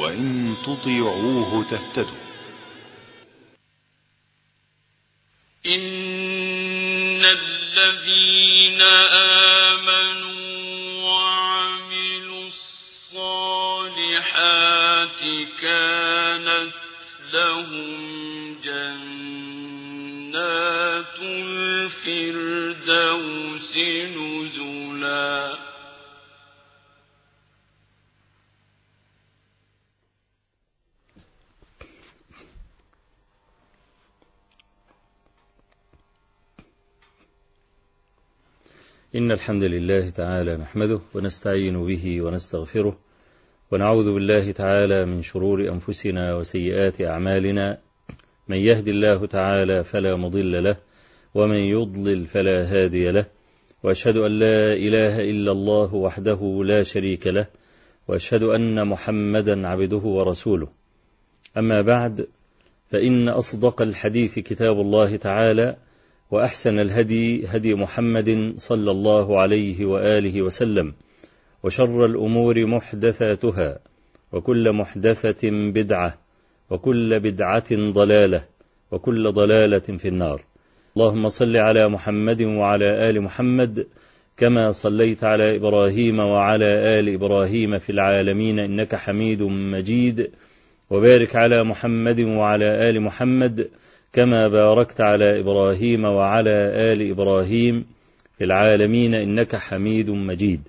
وإن تطيعوه تهتدوا. إن الذين آمنوا وعملوا الصالحات كانت لهم جنات الفردوس نزلا. إن الحمد لله تعالى نحمده ونستعين به ونستغفره ونعوذ بالله تعالى من شرور أنفسنا وسيئات أعمالنا، من يهد الله تعالى فلا مضل له ومن يضلل فلا هادي له، وأشهد أن لا إله إلا الله وحده لا شريك له، وأشهد أن محمدا عبده ورسوله. أما بعد، فإن أصدق الحديث كتاب الله تعالى، وأحسن الهدي هدي محمد صلى الله عليه وآله وسلم، وشر الأمور محدثاتها، وكل محدثة بدعة، وكل بدعة ضلالة، وكل ضلالة في النار. اللهم صل على محمد وعلى آل محمد كما صليت على إبراهيم وعلى آل إبراهيم في العالمين إنك حميد مجيد، وبارك على محمد وعلى آل محمد كما باركت على إبراهيم وعلى آل إبراهيم في العالمين إنك حميد مجيد.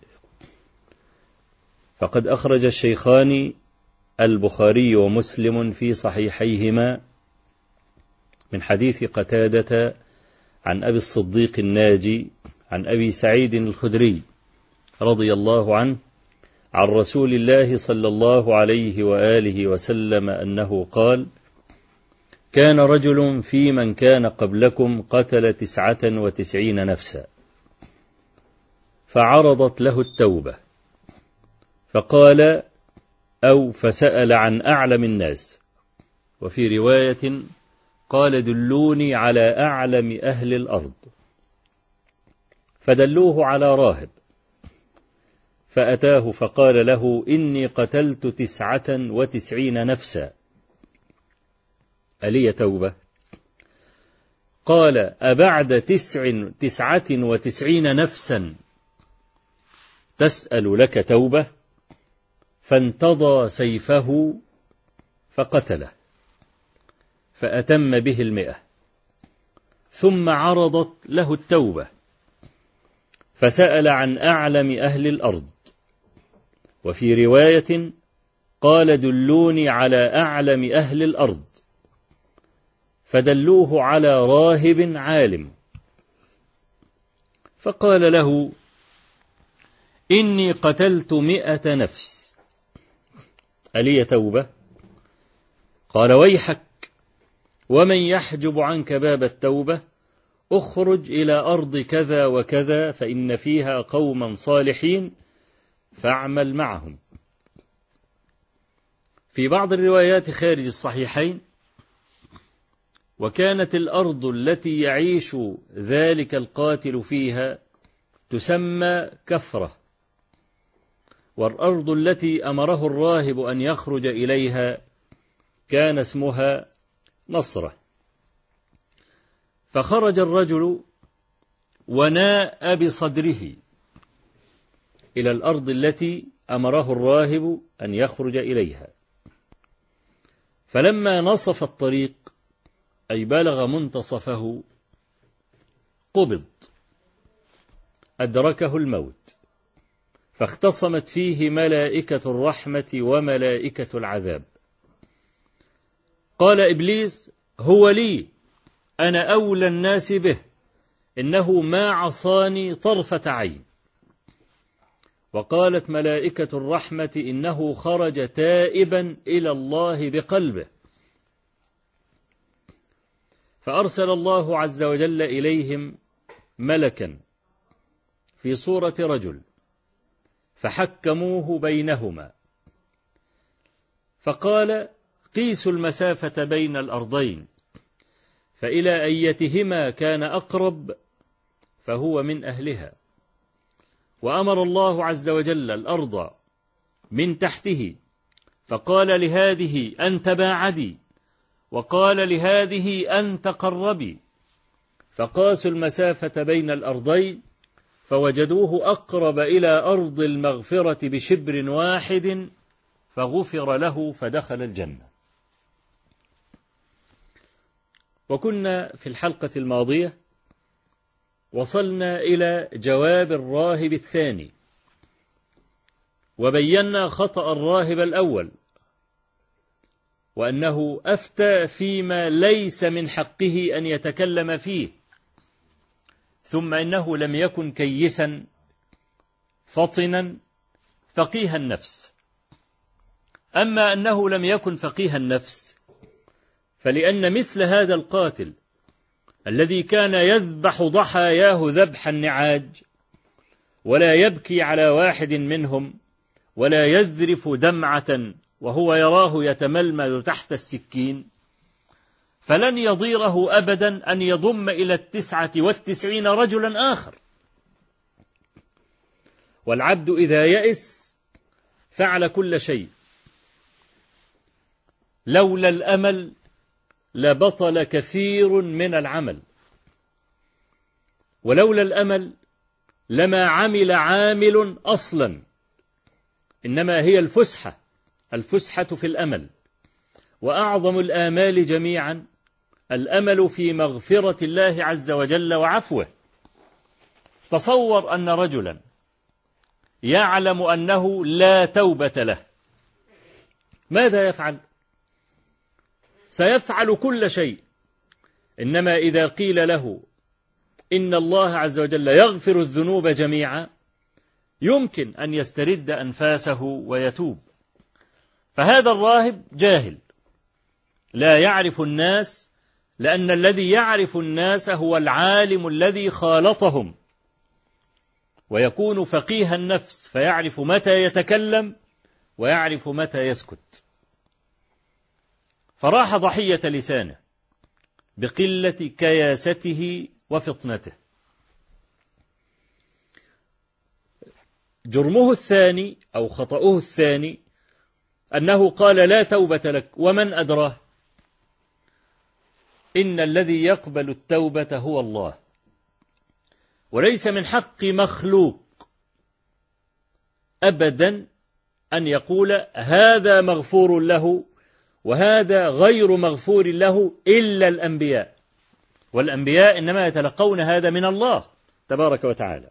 فقد أخرج الشيخان البخاري ومسلم في صحيحيهما من حديث قتادة عن أبي الصديق الناجي عن أبي سعيد الخدري رضي الله عنه عن رسول الله صلى الله عليه وآله وسلم أنه قال: كان رجل في من كان قبلكم قتل 99 نفسا، فعرضت له التوبة، فقال أو فسأل عن أعلم الناس، وفي رواية قال: دلوني على أعلم أهل الأرض، فدلوه على راهب، فأتاه فقال له: إني قتلت 99 نفسا، ألي توبة؟ قال: أبعد 99 نفسا تسأل لك توبة؟ فانتضى سيفه فقتله، فأتم به 100، ثم عرضت له التوبة، فسأل عن أعلم أهل الأرض، وفي رواية قال: دلوني على أعلم أهل الأرض، فدلوه على راهب عالم، فقال له: إني قتلت 100 نفس، ألي توبة؟ قال: ويحك، ومن يحجب عنك باب التوبة؟ اخرج إلى أرض كذا وكذا فإن فيها قوما صالحين فاعمل معهم. في بعض الروايات خارج الصحيحين: وكانت الأرض التي يعيش ذلك القاتل فيها تسمى كفرة، والأرض التي أمره الراهب أن يخرج إليها كان اسمها نصرة. فخرج الرجل وناء بصدره إلى الأرض التي أمره الراهب أن يخرج إليها، فلما نصف الطريق أي بلغ منتصفه قبض، أدركه الموت، فاختصمت فيه ملائكة الرحمة وملائكة العذاب. قال إبليس: هو لي، أنا أولى الناس به، إنه ما عصاني طرفة عين. وقالت ملائكة الرحمة: إنه خرج تائبا إلى الله بقلبه. فأرسل الله عز وجل إليهم ملكا في صورة رجل، فحكموه بينهما، فقال: قيسوا المسافة بين الأرضين، فإلى أيتهما كان أقرب فهو من أهلها. وأمر الله عز وجل الأرض من تحته فقال لهذه أن تباعدي، وقال لهذه أن تقربي، فقاسوا المسافة بين الأرضين فوجدوه أقرب إلى أرض المغفرة بشبر واحد، فغفر له فدخل الجنة. وكنا في الحلقة الماضية وصلنا إلى جواب الراهب الثاني، وبينا خطأ الراهب الأول، وأنه أفتى فيما ليس من حقه أن يتكلم فيه، ثم إنه لم يكن كيسا فطنا فقيه النفس. أما أنه لم يكن فقيه النفس فلأن مثل هذا القاتل الذي كان يذبح ضحاياه ذبح النعاج ولا يبكي على واحد منهم ولا يذرف دمعة وهو يراه يتململ تحت السكين، فلن يضيره أبدا أن يضم إلى 99 رجلا آخر. والعبد إذا يئس فعل كل شيء. لولا الأمل لبطل كثير من العمل، ولولا الأمل لما عمل عامل أصلا، إنما هي الفسحة في الأمل. وأعظم الآمال جميعا الأمل في مغفرة الله عز وجل وعفوه. تصور أن رجلا يعلم أنه لا توبة له، ماذا يفعل؟ سيفعل كل شيء، إنما إذا قيل له إن الله عز وجل يغفر الذنوب جميعا يمكن أن يسترد أنفاسه ويتوب. فهذا الراهب جاهل لا يعرف الناس، لأن الذي يعرف الناس هو العالم الذي خالطهم، ويكون فقيه النفس فيعرف متى يتكلم ويعرف متى يسكت. فراح ضحية لسانه بقلة كياسته وفطنته. جرمه الثاني أو خطأه الثاني أنه قال لا توبة لك، ومن أدراه؟ إن الذي يقبل التوبة هو الله، وليس من حق مخلوق أبدا أن يقول هذا مغفور له وهذا غير مغفور له إلا الأنبياء، والأنبياء إنما يتلقون هذا من الله تبارك وتعالى.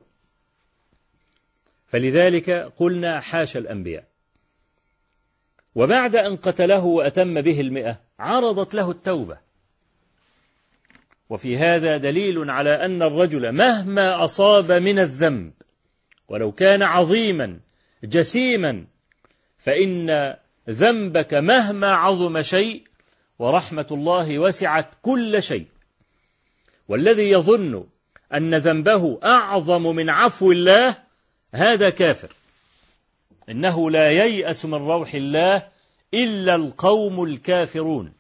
فلذلك قلنا حاشا الأنبياء. وبعد أن قتله وأتم به 100 عرضت له التوبة. وفي هذا دليل على أن الرجل مهما أصاب من الذنب ولو كان عظيما جسيما، فإن ذنبك مهما عظم شيء ورحمة الله وسعت كل شيء. والذي يظن أن ذنبه أعظم من عفو الله هذا كافر. إنه لا ييأس من روح الله إلا القوم الكافرون.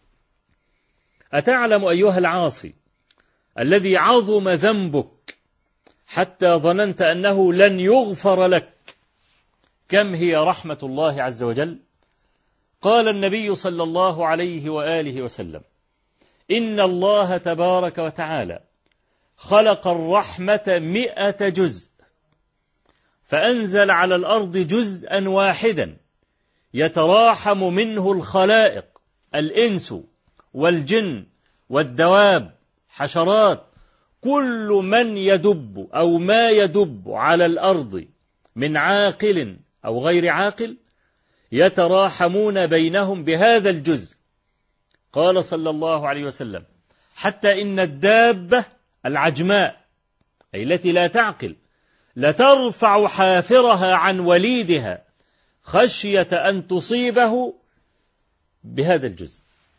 أتعلم أيها العاصي الذي عظم ذنبك حتى ظننت أنه لن يغفر لك كم هي رحمة الله عز وجل؟ قال النبي صلى الله عليه وآله وسلم إن الله تبارك وتعالى خلق الرحمة 100 جزء، فأنزل على الأرض جزءا واحدا يتراحم منه الخلائق، الإنس والجن والدواب حشرات، كل من يدب أو ما يدب على الأرض من عاقل أو غير عاقل يتراحمون بينهم بهذا الجزء. قال صلى الله عليه وسلم حتى إن الدابة العجماء أي التي لا تعقل لترفع حافرها عن وليدها خشية أن تصيبه بهذا الجزء.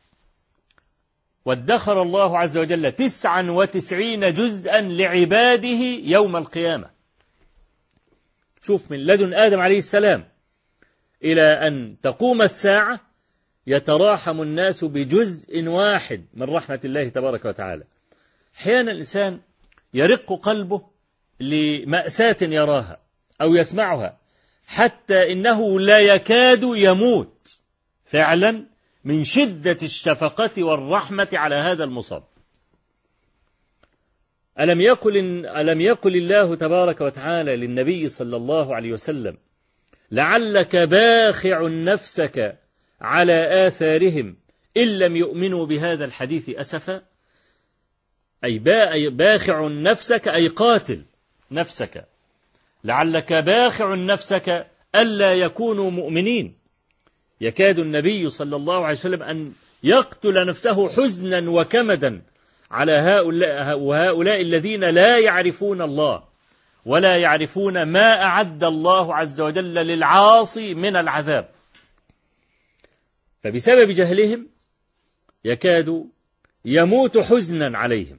وادخر الله عز وجل 99 جزءا لعباده يوم القيامة. شوف، من لدن آدم عليه السلام إلى أن تقوم الساعة يتراحم الناس بجزء واحد من رحمة الله تبارك وتعالى. أحيانا الإنسان يرق قلبه لمأساة يراها أو يسمعها حتى إنه لا يكاد يموت فعلا من شدة الشفقة والرحمة على هذا المصاب. ألم يقل الله تبارك وتعالى للنبي صلى الله عليه وسلم لعلك باخع نفسك على آثارهم إن لم يؤمنوا بهذا الحديث أسفا؟ أي باخع نفسك أي قاتل نفسك، لعلك باخع نفسك ألا يكونوا مؤمنين. يكاد النبي صلى الله عليه وسلم أن يقتل نفسه حزنا وكمدا على هؤلاء الذين لا يعرفون الله ولا يعرفون ما أعد الله عز وجل للعاصي من العذاب، فبسبب جهلهم يكاد يموت حزنا عليهم.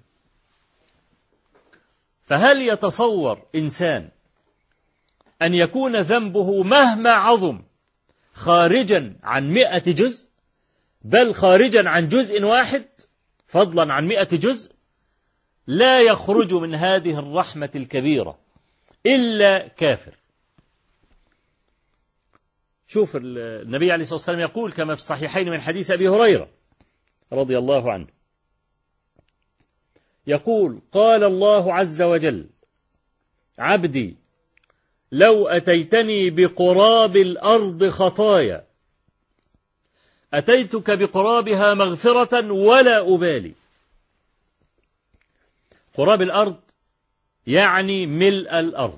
فهل يتصور إنسان أن يكون ذنبه مهما عظم خارجا عن 100 جزء، بل خارجا عن جزء واحد فضلا عن 100 جزء؟ لا يخرج من هذه الرحمة الكبيرة إلا كافر. شوف النبي عليه الصلاة والسلام يقول كما في الصحيحين من حديث أبي هريرة رضي الله عنه، يقول قال الله عز وجل عبدي لو أتيتني بقراب الأرض خطايا أتيتك بقرابها مغفرة ولا أبالي. قراب الأرض يعني ملء الأرض.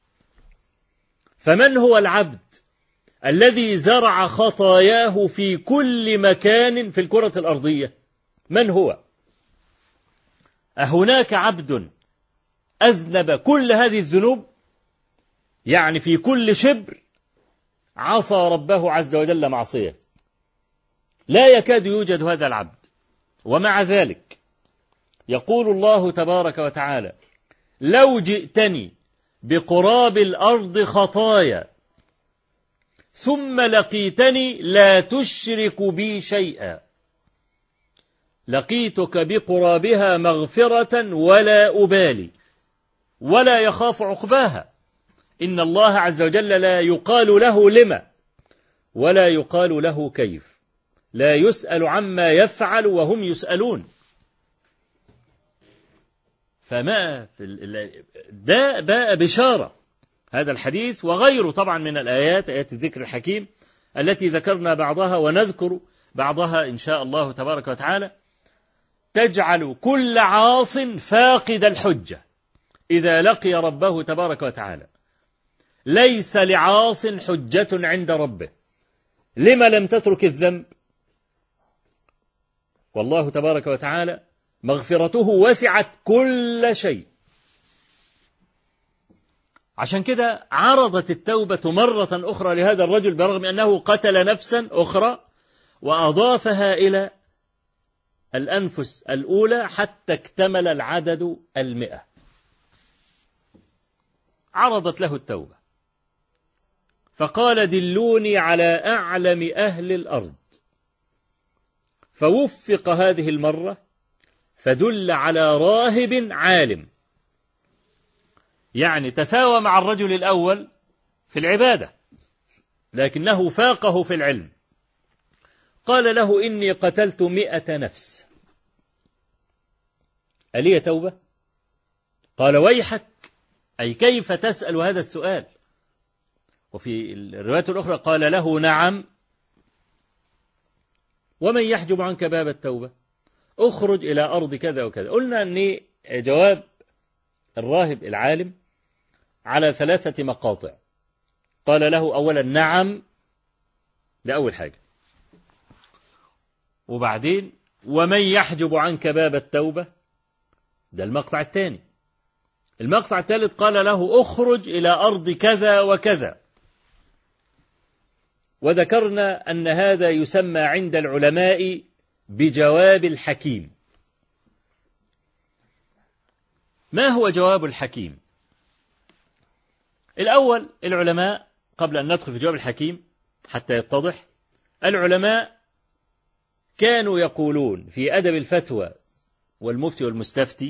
فمن هو العبد الذي زرع خطاياه في كل مكان في الكرة الأرضية؟ من هو؟ أهناك عبد أذنب كل هذه الذنوب؟ يعني في كل شبر عصى ربه عز وجل معصية. لا يكاد يوجد هذا العبد. ومع ذلك يقول الله تبارك وتعالى لو جئتني بقراب الأرض خطايا ثم لقيتني لا تشرك بي شيئا لقيتك بقرابها مغفرة ولا أبالي ولا يخاف عقباها. إن الله عز وجل لا يقال له لما ولا يقال له كيف، لا يسأل عما يفعل وهم يسألون. فما ده بقى بشارة هذا الحديث وغيره طبعا من الآيات، آيات الذكر الحكيم التي ذكرنا بعضها ونذكر بعضها إن شاء الله تبارك وتعالى، تجعل كل عاص فاقد الحجة إذا لقي ربه تبارك وتعالى. ليس لعاص حجة عند ربه. لما لم تترك الذنب؟ والله تبارك وتعالى مغفرته وسعت كل شيء. عشان كده عرضت التوبة مرة أخرى لهذا الرجل برغم أنه قتل نفسا أخرى وأضافها إلى الأنفس الأولى حتى اكتمل العدد 100. عرضت له التوبة فقال دلوني على أعلم أهل الأرض، فوفق هذه المرة فدل على راهب عالم، يعني تساوى مع الرجل الأول في العبادة لكنه فاقه في العلم. قال له إني قتلت 100 نفس، ألي توبة؟ قال ويحك، أي كيف تسأل هذا السؤال؟ وفي الرواية الأخرى قال له نعم، ومن يحجب عنك باب التوبة؟ اخرج إلى أرض كذا وكذا. قلنا أن جواب الراهب العالم على 3 مقاطع. قال له أولا نعم، ده أول حاجة، وبعدين ومن يحجب عنك باب التوبة، ده المقطع الثاني. المقطع الثالث قال له اخرج إلى أرض كذا وكذا. وذكرنا أن هذا يسمى عند العلماء بجواب الحكيم. ما هو جواب الحكيم؟ الأول العلماء قبل أن ندخل في جواب الحكيم حتى يتضح، العلماء كانوا يقولون في أدب الفتوى والمفتي والمستفتي،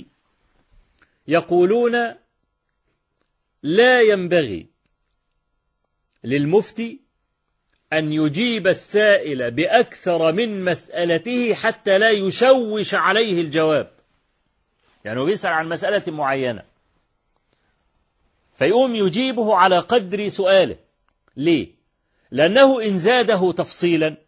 يقولون لا للمفتي أن يجيب السائل بأكثر من مسألته حتى لا يشوش عليه الجواب. يعني هو بيسأل عن مسألة معينة فيقوم يجيبه على قدر سؤاله. ليه؟ لأنه إن زاده تفصيلا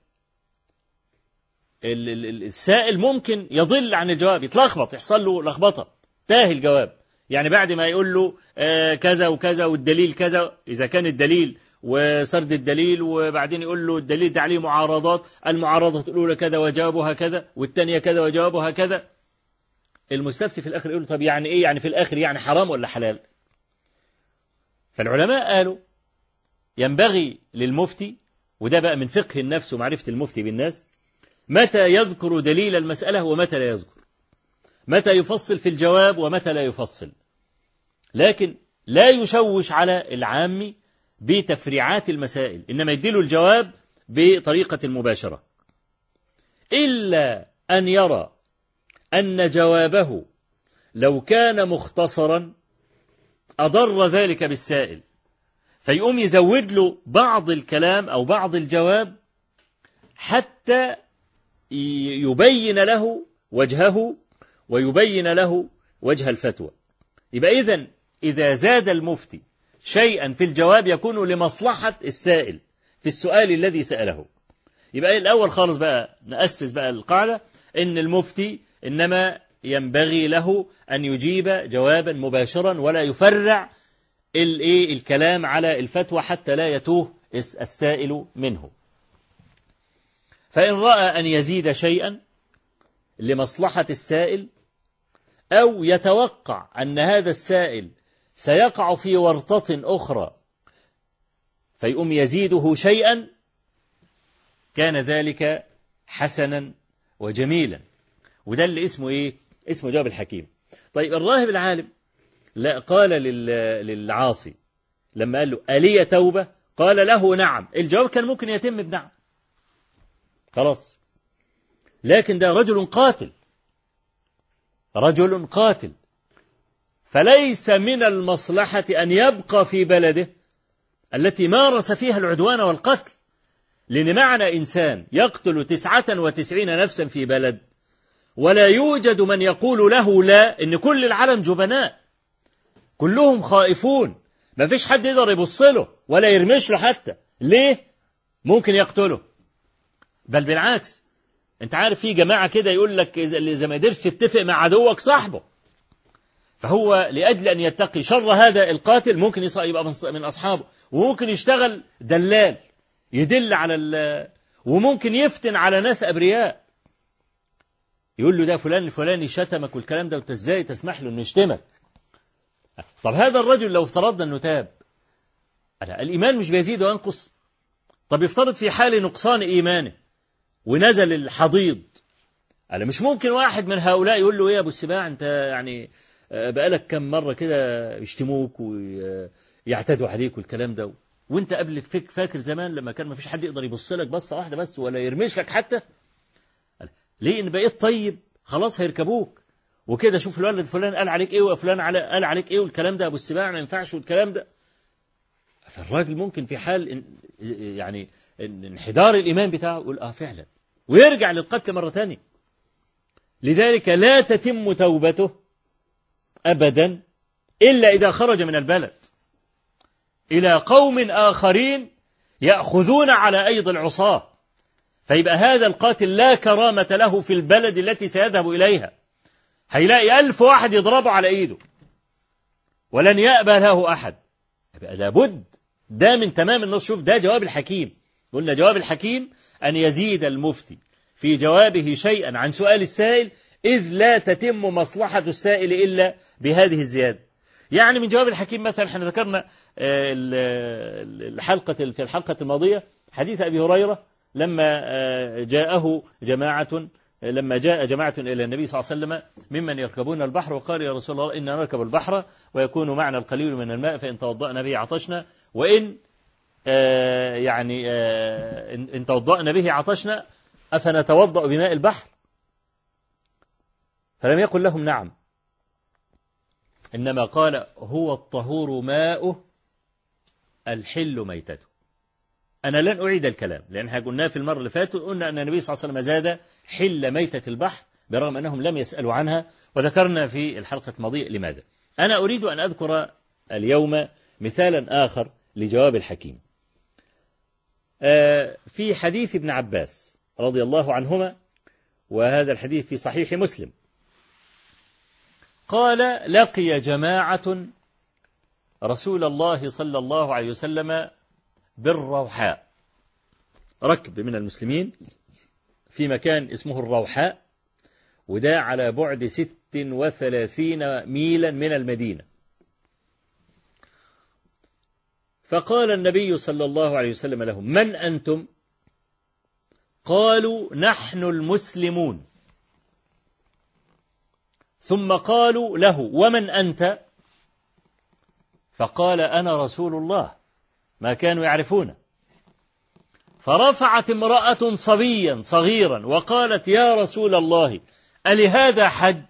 السائل ممكن يضل عن الجواب، يتلخبط، يحصل له لخبطة، تاه الجواب. يعني بعد ما يقول له كذا وكذا والدليل كذا، إذا كان الدليل وسرد الدليل، وبعدين يقول له الدليل ده عليه معارضات، المعارضة الأولى كذا وجوابها كذا، والثانية كذا وجوابها كذا، المستفتي في الآخر يقول له طب يعني إيه؟ يعني في الآخر يعني حرام ولا حلال؟ فالعلماء قالوا ينبغي للمفتي، وده بقى من فقه النفس ومعرفة المفتي بالناس، متى يذكر دليل المسألة ومتى لا يذكر، متى يفصل في الجواب ومتى لا يفصل، لكن لا يشوش على العام بتفريعات المسائل، إنما يديله الجواب بطريقة المباشرة، إلا أن يرى أن جوابه لو كان مختصرا أضر ذلك بالسائل، فيقوم يزود له بعض الكلام أو بعض الجواب حتى يبين له وجهه ويبين له وجه الفتوى. يبقى إذا زاد المفتي شيئا في الجواب يكون لمصلحة السائل في السؤال الذي سأله. يبقى الأول خالص بقى نأسس بقى القاعدة إن المفتي إنما ينبغي له أن يجيب جوابا مباشرا ولا يفرع الكلام على الفتوى حتى لا يتوه السائل منه. فإن رأى أن يزيد شيئا لمصلحة السائل أو يتوقع أن هذا السائل سيقع في ورطة أخرى فيقوم يزيده شيئا، كان ذلك حسنا وجميلا، وده اللي اسمه إيه؟ اسمه جواب الحكيم. طيب الراهب العالم لا قال للعاصي لما قال له ألي توبة؟ قال له نعم. الجواب كان ممكن يتم بنعم خلاص، لكن ده رجل قاتل، رجل قاتل، فليس من المصلحة أن يبقى في بلده التي مارس فيها العدوان والقتل، لأن معنى إنسان يقتل 99 نفسا في بلد ولا يوجد من يقول له لا، إن كل العالم جبناء، كلهم خائفون، ما فيش حد يقدر يبص له ولا يرمش له حتى. ليه؟ ممكن يقتله. بل بالعكس، انت عارف في جماعة كده يقول لك إذا ما قدرش تتفق مع عدوك صاحبه، فهو لأجل أن يتقي شر هذا القاتل ممكن يبقى من أصحابه، وممكن يشتغل دلال يدل على وممكن يفتن على ناس أبرياء، يقول له ده فلان الفلاني شتمك والكلام ده، وانت ازاي تسمح له انه يشتمك؟ طب هذا الرجل لو افترضنا انه تاب، الإيمان مش بيزيد وينقص؟ طب يفترض في حال نقصان إيمانه ونزل الحضيض، مش ممكن واحد من هؤلاء يقول له ايه يا ابو السباع انت يعني بقالك كم مرة كده يشتموك ويعتدوا عليك والكلام ده، وانت قبل فاكر زمان لما كان ما فيش حد يقدر يبص لك بصة واحدة بس ولا يرمش لك حتى؟ ليه؟ ان بقيت طيب خلاص هيركبوك وكده، شوف الولد فلان قال عليك ايه وفلان قال عليك ايه والكلام ده، ابو السباع ما ينفعش والكلام ده. فالراجل ممكن في حال يعني انحدار الإيمان بتاعه يقول فعلا ويرجع للقتل مرة تانية. لذلك لا تتم توبته أبدا إلا إذا خرج من البلد إلى قوم آخرين يأخذون على أيدي العصاة، فيبقى هذا القاتل لا كرامة له في البلد التي سيذهب إليها، هيلاقي 1000 واحد يضربه على إيده ولن يأبى له أحد. يبقى لابد، ده من تمام النص. شوف ده جواب الحكيم، قلنا جواب الحكيم أن يزيد المفتي في جوابه شيئا عن سؤال السائل إذ لا تتم مصلحة السائل إلا بهذه الزيادة. يعني من جواب الحكيم مثلا احنا ذكرنا في الحلقة الماضية حديث أبي هريرة لما جاء جماعة إلى النبي صلى الله عليه وسلم ممن يركبون البحر، وقال يا رسول الله إننا نركب البحر ويكون معنا القليل من الماء فإن توضأنا به عطشنا، وإن إن توضأنا به عطشنا أفنتوضأ بماء البحر؟ فلم يقل لهم نعم، إنما قال هو الطهور ماؤه الحل ميتته. أنا لن أعيد الكلام لأن قلناه في المرة اللي فاتت، قلنا أن النبي صلى الله عليه وسلم زاد حل ميتة البحر برغم أنهم لم يسألوا عنها، وذكرنا في الحلقة الماضية لماذا. أنا أريد أن أذكر اليوم مثالا آخر لجواب الحكيم. في حديث ابن عباس رضي الله عنهما، وهذا الحديث في صحيح مسلم، قال: لقي جماعة رسول الله صلى الله عليه وسلم بالروحاء، ركب من المسلمين في مكان اسمه الروحاء، وده على بعد 36 ميلا من المدينة. فقال النبي صلى الله عليه وسلم لهم: من أنتم؟ قالوا: نحن المسلمون. ثم قالوا له: ومن أنت؟ فقال: أنا رسول الله. ما كانوا يعرفونه. فرفعت امرأة صبيا صغيرا وقالت: يا رسول الله، ألهذا حج؟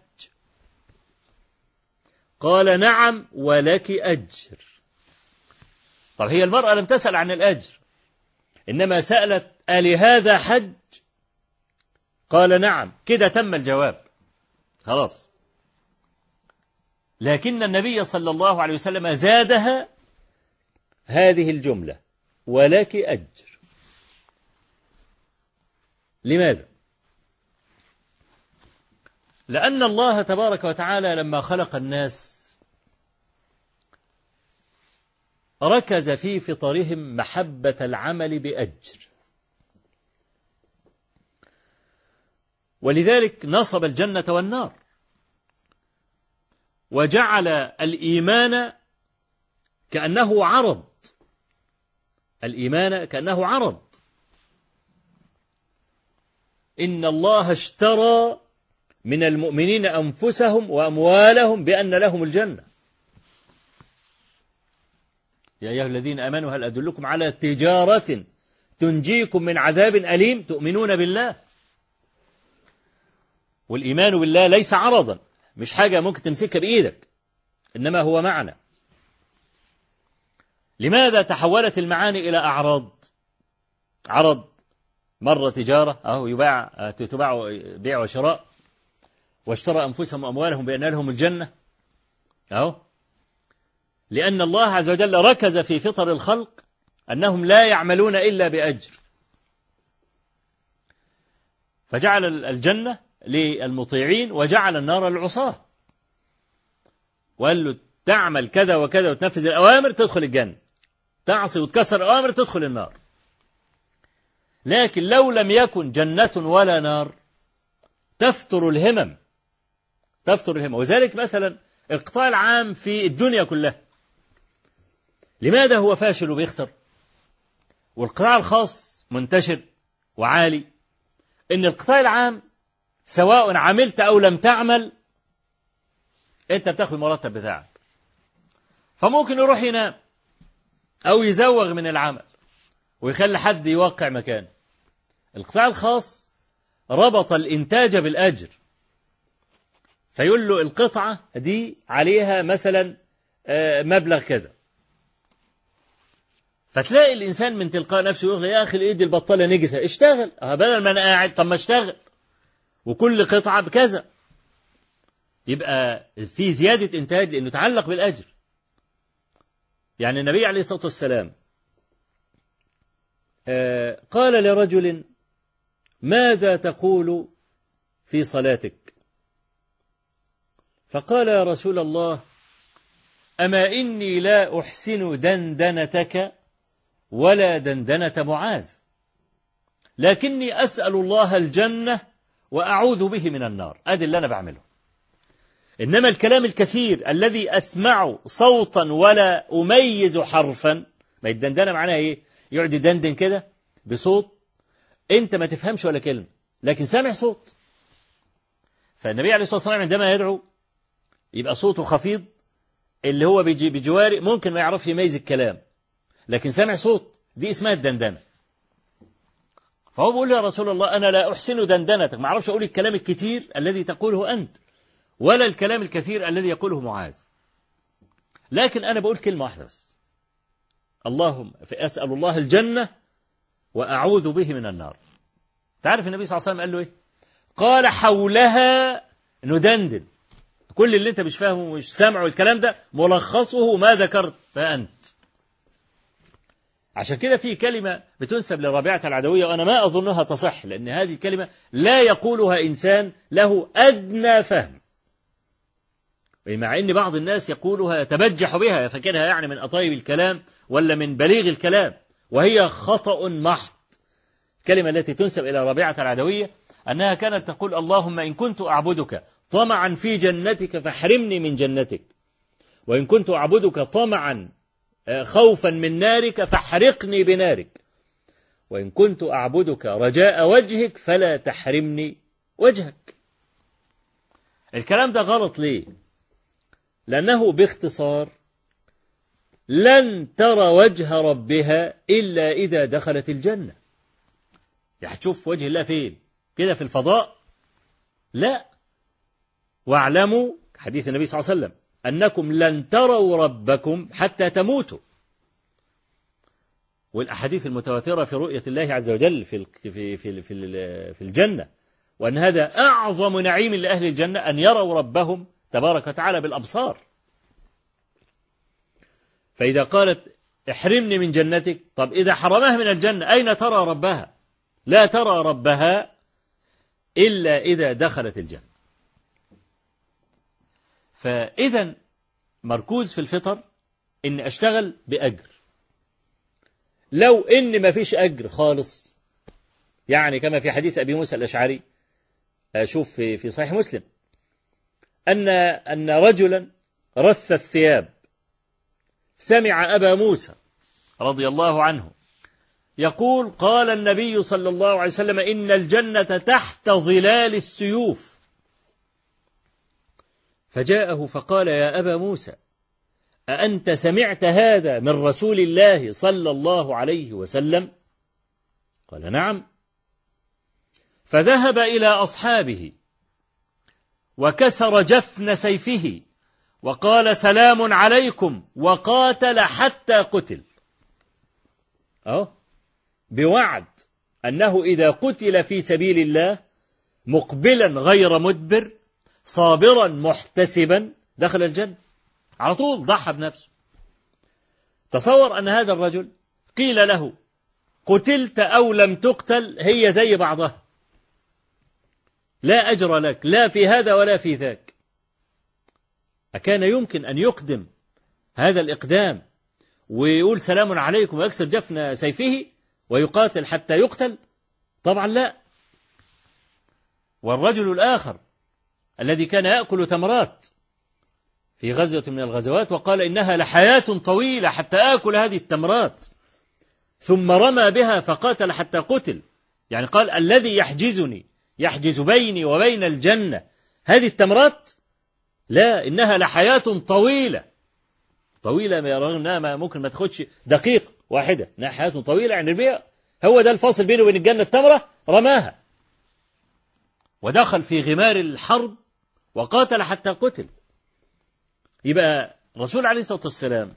قال: نعم ولك أجر. طب هي المرأة لم تسأل عن الأجر، إنما سألت: ألهذا حج؟ قال: نعم. كده تم الجواب خلاص. لكن النبي صلى الله عليه وسلم زادها هذه الجملة: ولك أجر. لماذا؟ لأن الله تبارك وتعالى لما خلق الناس ركز في فطرهم محبة العمل بأجر، ولذلك نصب الجنة والنار، وجعل الإيمان كأنه عرض. الإيمان كأنه عرض. إن الله اشترى من المؤمنين أنفسهم وأموالهم بأن لهم الجنة. يا أيها الذين آمنوا هل أدلكم على تجارة تنجيكم من عذاب أليم؟ تؤمنون بالله. والإيمان بالله ليس عرضا، مش حاجة ممكن تمسكها بإيدك، إنما هو معنى. لماذا تحولت المعاني إلى أعراض؟ عرض مرة تجارة أهو تباع بيع وشراء، واشترى أنفسهم وأموالهم بأن لهم الجنة أهو. لأن الله عز وجل ركز في فطر الخلق أنهم لا يعملون إلا بأجر، فجعل الجنة للمطيعين وجعل النار للعصاة، وقال له: تعمل كذا وكذا وتنفذ الأوامر تدخل الجنة، تعصي وتكسر الأوامر تدخل النار. لكن لو لم يكن جنة ولا نار تفتر الهمم. وذلك مثلا القطاع العام في الدنيا كلها لماذا هو فاشل وبيخسر، والقطاع الخاص منتشر وعالي؟ إن القطاع العام سواء عملت أو لم تعمل أنت بتاخذ المرتب بتاعك، فممكن يروح ينام أو يزوغ من العمل ويخلي حد يوقع مكانه. القطاع الخاص ربط الإنتاج بالأجر، فيقول له القطعة دي عليها مثلا مبلغ كذا، فتلاقي الإنسان من تلقاء نفسه يقول: يا أخي الإيد البطالة نجسة، اشتغل بدل ما أنا قاعد، طب ما اشتغل، وكل قطعة بكذا. يبقى في زيادة إنتاج لأنه يتعلق بالأجر. يعني النبي عليه الصلاة والسلام قال لرجل: ماذا تقول في صلاتك؟ فقال: يا رسول الله، أما إني لا أحسن دندنتك ولا دندنة معاذ، لكني أسأل الله الجنة وأعوذ به من النار. أدي اللي أنا بعمله. إنما الكلام الكثير الذي أسمع صوتا ولا أميز حرفا، ما الدندنة معناها إيه؟ يقعد يدندن كده بصوت أنت ما تفهمش ولا كلمة، لكن سامع صوت. فالنبي عليه الصلاة والسلام عندما يدعو يبقى صوته خفيض، اللي هو بجواري ممكن ما يعرف يميز الكلام، لكن سامع صوت، دي اسمها الدندنة. فهو بيقول: يا رسول الله، أنا لا أحسن دندنتك، ما أعرفش أقول الكلام الكثير الذي تقوله أنت ولا الكلام الكثير الذي يقوله معاذ، لكن أنا بقول كلمة واحدة بس: اللهم أسأل الله الجنة وأعوذ به من النار. تعرف النبي صلى الله عليه وسلم قال له إيه؟ قال حولها ندندن، كل اللي انت مش فاهمه ومش سامعه الكلام ده ملخصه ما ذكرت فأنت. عشان كده في كلمة بتنسب لربيعة العدوية وأنا ما أظنها تصح، لأن هذه الكلمة لا يقولها إنسان له أدنى فهم، مع أن بعض الناس يقولها يتبجح بها يفكرها يعني من أطيب الكلام ولا من بليغ الكلام، وهي خطأ محض. الكلمة التي تنسب إلى ربيعة العدوية أنها كانت تقول اللهم إن كنت أعبدك طمعا في جنتك فاحرمني من جنتك، وإن كنت أعبدك طمعا خوفا من نارك فاحرقني بنارك، وإن كنت أعبدك رجاء وجهك فلا تحرمني وجهك. الكلام ده غلط ليه؟ لأنه باختصار لن ترى وجه ربها إلا إذا دخلت الجنة. يعني هتشوف وجه الله فين؟ كده في الفضاء؟ لا. واعلموا حديث النبي صلى الله عليه وسلم أنكم لن تروا ربكم حتى تموتوا. والأحاديث المتواترة في رؤية الله عز وجل في الجنة، وأن هذا أعظم نعيم لأهل الجنة أن يروا ربهم تبارك وتعالى بالأبصار. فإذا قالت احرمني من جنتك، طب إذا حرمها من الجنة أين ترى ربها؟ لا ترى ربها إلا إذا دخلت الجنة. فإذا مركوز في الفطر إن أشتغل بأجر. لو إن ما فيش أجر خالص، يعني كما في حديث أبي موسى الأشعري، أشوف في صحيح مسلم أن رجلا رث الثياب سمع أبا موسى رضي الله عنه يقول قال النبي صلى الله عليه وسلم إن الجنة تحت ظلال السيوف، فجاءه فقال يا أبا موسى أأنت سمعت هذا من رسول الله صلى الله عليه وسلم؟ قال نعم. فذهب إلى أصحابه وكسر جفن سيفه وقال سلام عليكم، وقاتل حتى قتل. بوعد أنه إذا قتل في سبيل الله مقبلا غير مدبر صابرا محتسبا دخل الجنة على طول، ضحى بنفسه. تصور أن هذا الرجل قيل له قتلت أو لم تقتل هي زي بعضها، لا أجر لك لا في هذا ولا في ذاك. أكان يمكن أن يقدم هذا الإقدام ويقول سلام عليكم ويكسر جفن سيفه ويقاتل حتى يقتل؟ طبعا لا. والرجل الآخر الذي كان يأكل تمرات في غزوة من الغزوات وقال إنها لحياة طويلة حتى آكل هذه التمرات، ثم رمى بها فقاتل حتى قتل. يعني قال الذي يحجز بيني وبين الجنة هذه التمرات؟ لا، إنها لحياة طويلة. طويلة ما ممكن ما تاخدش دقيقة واحدة، إنها حياة طويلة يعني بيها هو ده الفاصل بينه وبين الجنة، التمرة رماها ودخل في غمار الحرب وقاتل حتى قتل. يبقى الرسول عليه الصلاة والسلام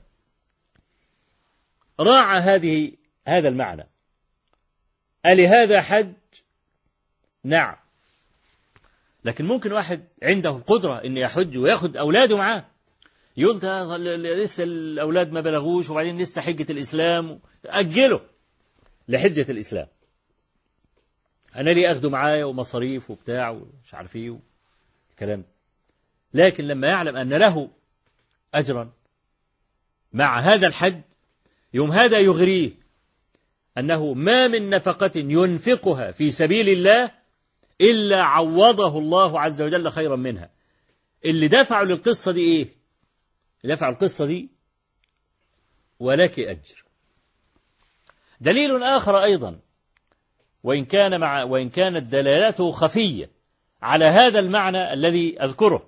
راعى هذا المعنى. ألهذا حج؟ نعم. لكن ممكن واحد عنده القدرة إن يحج ويأخذ أولاده معاه، يقول لسه الأولاد ما بلغوش وبعدين لسه حجة الإسلام، أجله لحجة الإسلام، أنا لي أخده معايا ومصاريف وبتاع ومش عارف إيه الكلام ده. لكن لما يعلم أن له أجرا مع هذا الحج، يوم هذا يغريه أنه ما من نفقة ينفقها في سبيل الله إلا عوضه الله عز وجل خيرا منها. اللي دفعوا للقصة دي إيه؟ دفعوا القصة دي ولك أجر. دليل آخر أيضا وإن كانت دلالته خفية على هذا المعنى الذي أذكره،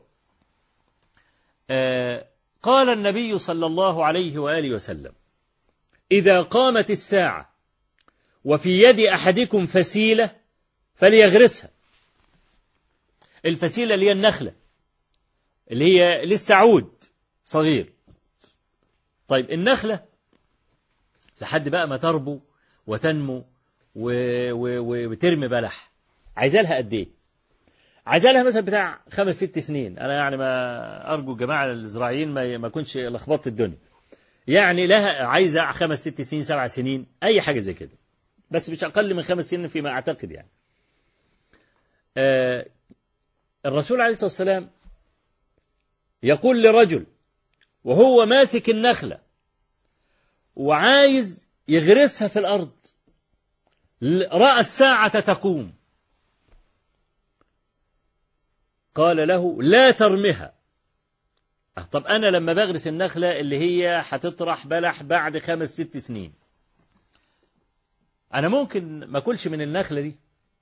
قال النبي صلى الله عليه وآله وسلم إذا قامت الساعة وفي يد أحدكم فسيلة فليغرسها. الفسيلة اللي هي النخلة اللي هي لسه عود صغير. طيب النخلة لحد بقى ما تربو وتنمو وترمي بلح، عايزة لها قد ايه؟ عايزة لها مثلا بتاع 5-6 سنين. انا يعني ما ارجو الجماعة الزراعيين ما يكونش لخبطت الدنيا، يعني لها عايزة 5-6 سنين 7 سنين اي حاجة زي كده، بس مش اقل من 5 سنين فيما اعتقد يعني. الرسول عليه الصلاة والسلام يقول لرجل وهو ماسك النخلة وعايز يغرسها في الأرض، رأى الساعة تقوم، قال له لا ترمها. طب أنا لما بغرس النخلة اللي هي هتطرح بلح بعد 5-6 سنين، أنا ممكن ما أكلش من النخلة دي،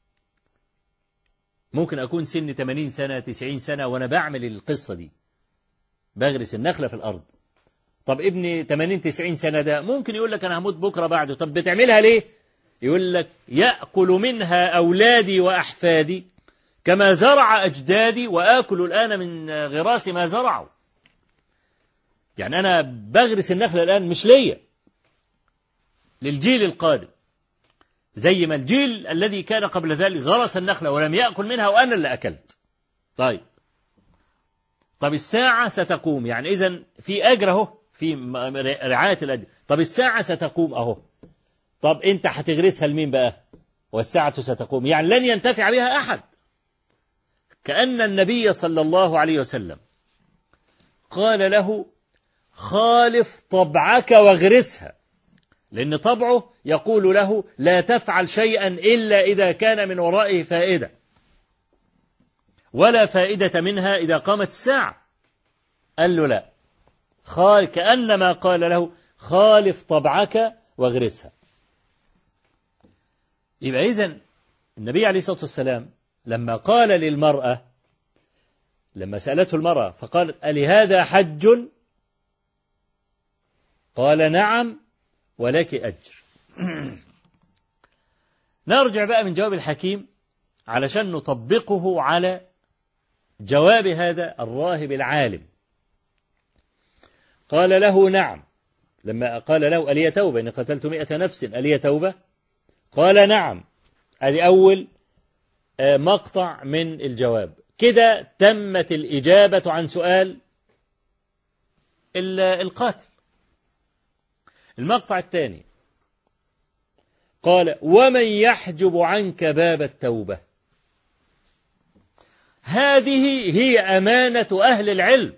ممكن أكون سن 80 سنة 90 سنة وأنا بعمل القصة دي، بغرس النخلة في الأرض. طب ابني 80-90 سنة ده ممكن يقول لك أنا هموت بكرة بعده. طب بتعملها ليه؟ يقول لك يأكل منها أولادي وأحفادي كما زرع أجدادي وآكل الآن من غراس ما زرعوا. يعني أنا بغرس النخلة الآن مش ليا، للجيل القادم، زي ما الجيل الذي كان قبل ذلك غرس النخلة ولم يأكل منها وأنا اللي أكلت. طب الساعة ستقوم، يعني إذن في أجر أهو، في رعاية الأجر. طب الساعة ستقوم أهو، طب أنت هتغرسها لمين بقى؟ والساعة ستقوم، يعني لن ينتفع بها أحد. كأن النبي صلى الله عليه وسلم قال له خالف طبعك واغرسها، لأن طبعه يقول له لا تفعل شيئا إلا إذا كان من ورائه فائدة، ولا فائدة منها إذا قامت الساعة. قال له لا، كأنما قال له خالف طبعك واغرسها. يبقى إذن النبي عليه الصلاة والسلام لما قال للمرأة، لما سألته المرأة فقالت ألهذا حج؟ قال نعم ولك أجر. نرجع بقى من جواب الحكيم علشان نطبقه على جواب هذا الراهب العالم. قال له نعم، لما قال له ألي توبة إن قتلت 100 نفس ألي توبة؟ قال نعم. هذه أول مقطع من الجواب، كده تمت الإجابة عن سؤال القاتل. المقطع الثاني قال ومن يحجب عنك باب التوبة؟ هذه هي أمانة أهل العلم.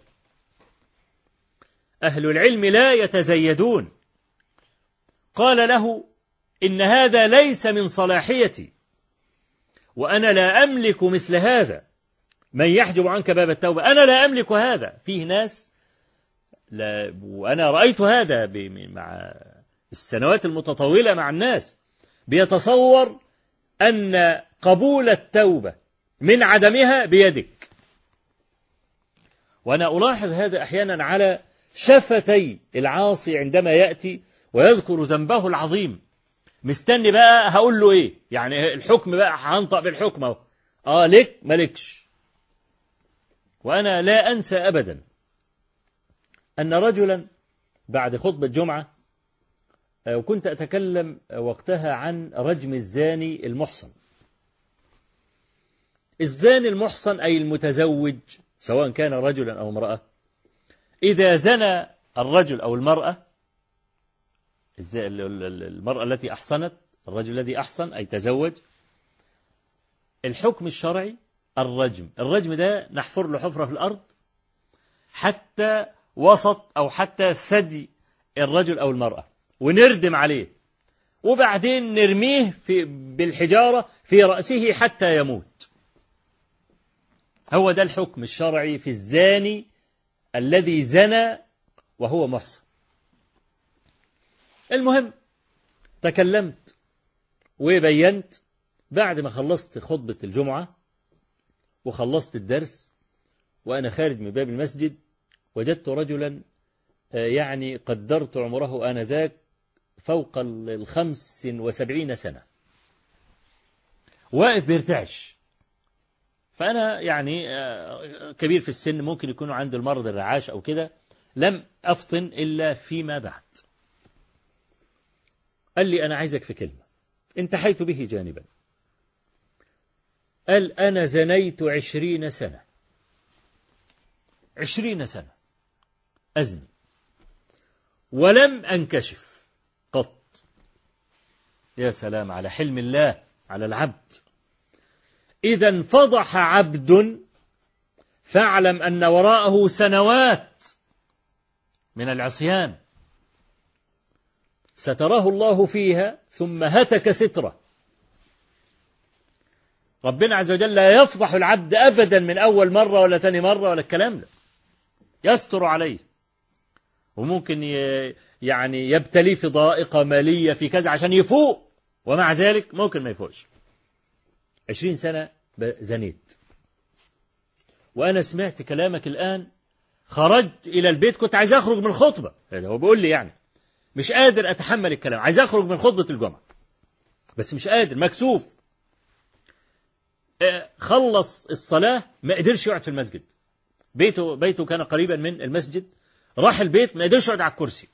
أهل العلم لا يتزيدون. قال له إن هذا ليس من صلاحيتي، وأنا لا أملك مثل هذا. من يحجب عنك باب التوبة، أنا لا أملك هذا. فيه ناس وأنا رأيت هذا مع السنوات المتطولة مع الناس، بيتصور أن قبول التوبة من عدمها بيدك. وأنا ألاحظ هذا أحيانا على شفتي العاصي عندما يأتي ويذكر ذنبه العظيم، مستني بقى هقول له إيه، يعني الحكم بقى هنطق بالحكم أهو، لك ملكش. وأنا لا أنسى أبدا أن رجلا بعد خطبة جمعة، وكنت أتكلم وقتها عن رجم الزاني المحصن. الزاني المحصن أي المتزوج سواء كان رجلا أو امرأة، إذا زنى الرجل أو المرأة، المرأة التي أحصنت، الرجل الذي أحصن أي تزوج، الحكم الشرعي الرجم. الرجم ده نحفر له حفرة في الأرض حتى وسط أو حتى ثدي الرجل أو المرأة، ونردم عليه، وبعدين نرميه بالحجارة في رأسه حتى يموت. هو ده الحكم الشرعي في الزاني الذي زنى وهو محصن. المهم تكلمت وبينت بعد ما خلصت خطبة الجمعة وخلصت الدرس، وأنا خارج من باب المسجد وجدت رجلا يعني قدرت عمره آنذاك فوق 75 سنة، واقف بيرتعش. فأنا يعني كبير في السن، ممكن يكون عنده المرض الرعاش أو كده، لم أفطن إلا فيما بعد. قال لي أنا عايزك في كلمة. انتحيت به جانبا. قال أنا زنيت 20 سنة، 20 سنة أزني ولم أنكشف قط. يا سلام على حلم الله على العبد. إذا انفضح عبد فاعلم أن وراءه سنوات من العصيان ستراه الله فيها ثم هتك ستره. ربنا عز وجل لا يفضح العبد أبدا من أول مرة ولا تاني مرة ولا الكلام ده، يستر عليه. وممكن يعني يبتلي في ضائقة مالية في كذا عشان يفوق، ومع ذلك ممكن ما يفوقش. 20 سنة زنيت، وأنا سمعت كلامك الآن، خرجت إلى البيت كنت عايز أخرج من الخطبة، هو بيقول لي يعني مش قادر أتحمل الكلام، عايز أخرج من خطبة الجمعة بس مش قادر، مكسوف. خلص الصلاة ما قدرش يقعد في المسجد، بيته كان قريبا من المسجد، راح البيت ما قدرش يقعد على الكرسي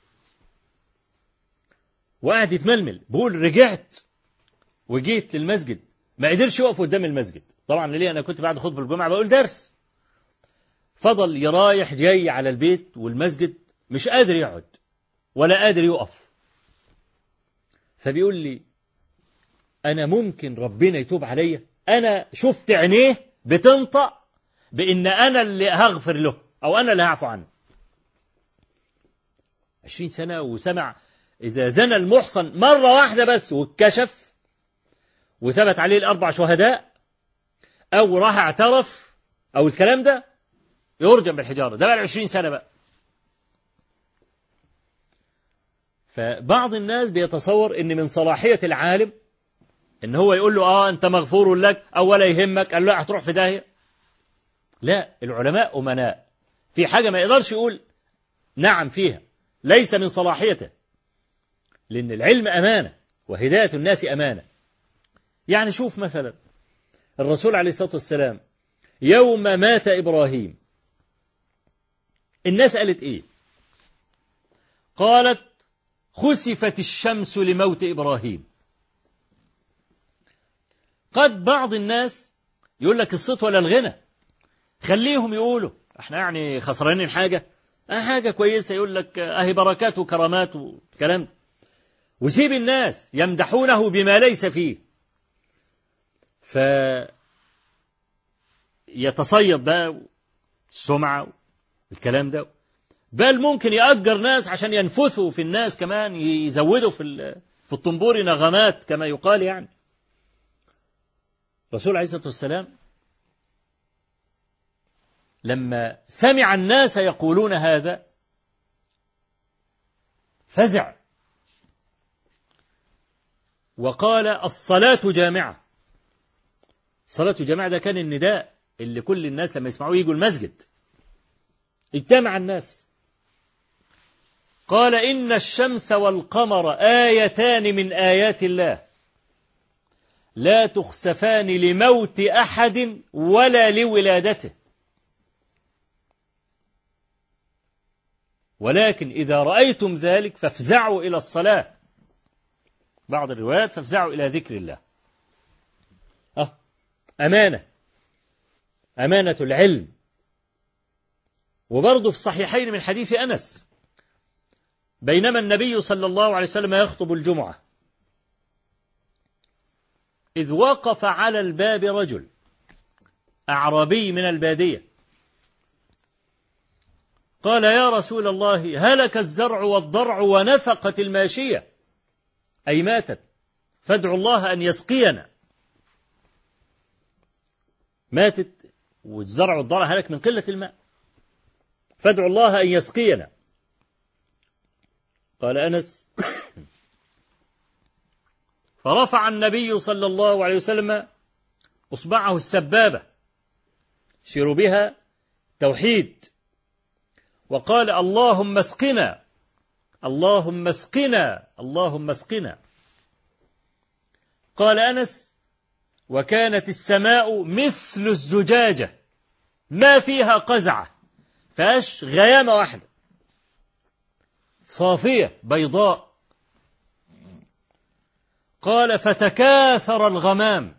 وقعد يتململ. بقول رجعت وجيت للمسجد ما قدرش يقف قدام المسجد، طبعا ليه؟ أنا كنت بعد خطبة الجمعة بقول درس، فضل يرايح جاي على البيت والمسجد، مش قادر يقعد ولا قادر يقف. فبيقول لي أنا ممكن ربنا يتوب عليا؟ أنا شفت عينيه بتنطق بإن أنا اللي هغفر له أو أنا اللي هعفو عنه. 20 سنة وسمع إذا زنى المحصن مرة واحدة بس واتكشف وثبت عليه ال4 شهداء أو راح اعترف أو الكلام ده يرجم بالحجارة. ده بقى 20 سنة بقى. فبعض الناس بيتصور إن من صلاحية العالم إن هو يقول له أنت مغفور لك أو ولا يهمك، قال له لا هتروح في داهية. لا، العلماء أمناء، في حاجة ما يقدرش يقول نعم فيها، ليس من صلاحيته، لأن العلم أمانة وهداية الناس أمانة. يعني شوف مثلا الرسول عليه الصلاة والسلام يوم مات إبراهيم الناس قالت إيه؟ قالت خسفت الشمس لموت إبراهيم. قد بعض الناس يقول لك الصوت ولا الغنى، خليهم يقولوا احنا يعني خسرانين حاجة، حاجة كويسة، يقول لك اهي بركات وكرامات والكلام ده، وسيب الناس يمدحونه بما ليس فيه. فيتصيد بقى السمعة الكلام ده، بل ممكن يأجر ناس عشان ينفثوا في الناس كمان، يزودوا في الطنبور نغمات كما يقال. يعني الرسول عليه الصلاة والسلام لما سمع الناس يقولون هذا فزع وقال الصلاة جامعة. صلاة جامعة ده كان النداء اللي كل الناس لما يسمعوه يجوا المسجد، اجتمع الناس. قال إن الشمس والقمر آيتان من آيات الله لا تخسفان لموت أحد ولا لولادته، ولكن إذا رأيتم ذلك فافزعوا إلى الصلاة. بعض الروايات فافزعوا إلى ذكر الله. أمانة، أمانة العلم. وبرضه في الصحيحين من حديث أنس بينما النبي صلى الله عليه وسلم يخطب الجمعة إذ وقف على الباب رجل أعرابي من البادية قال يا رسول الله هلك الزرع والضرع ونفقت الماشية، أي ماتت، فادعوا الله أن يسقينا. ماتت والزرع والضرع هلك من قلة الماء، فادعوا الله أن يسقينا. قال أنس فرفع النبي صلى الله عليه وسلم أصبعه السبابة شير بها توحيد وقال اللهم اسقنا اللهم اسقنا اللهم اسقنا. قال أنس وكانت السماء مثل الزجاجة ما فيها قزعة، فاش غيامة واحدة صافية بيضاء. قال فتكاثر الغمام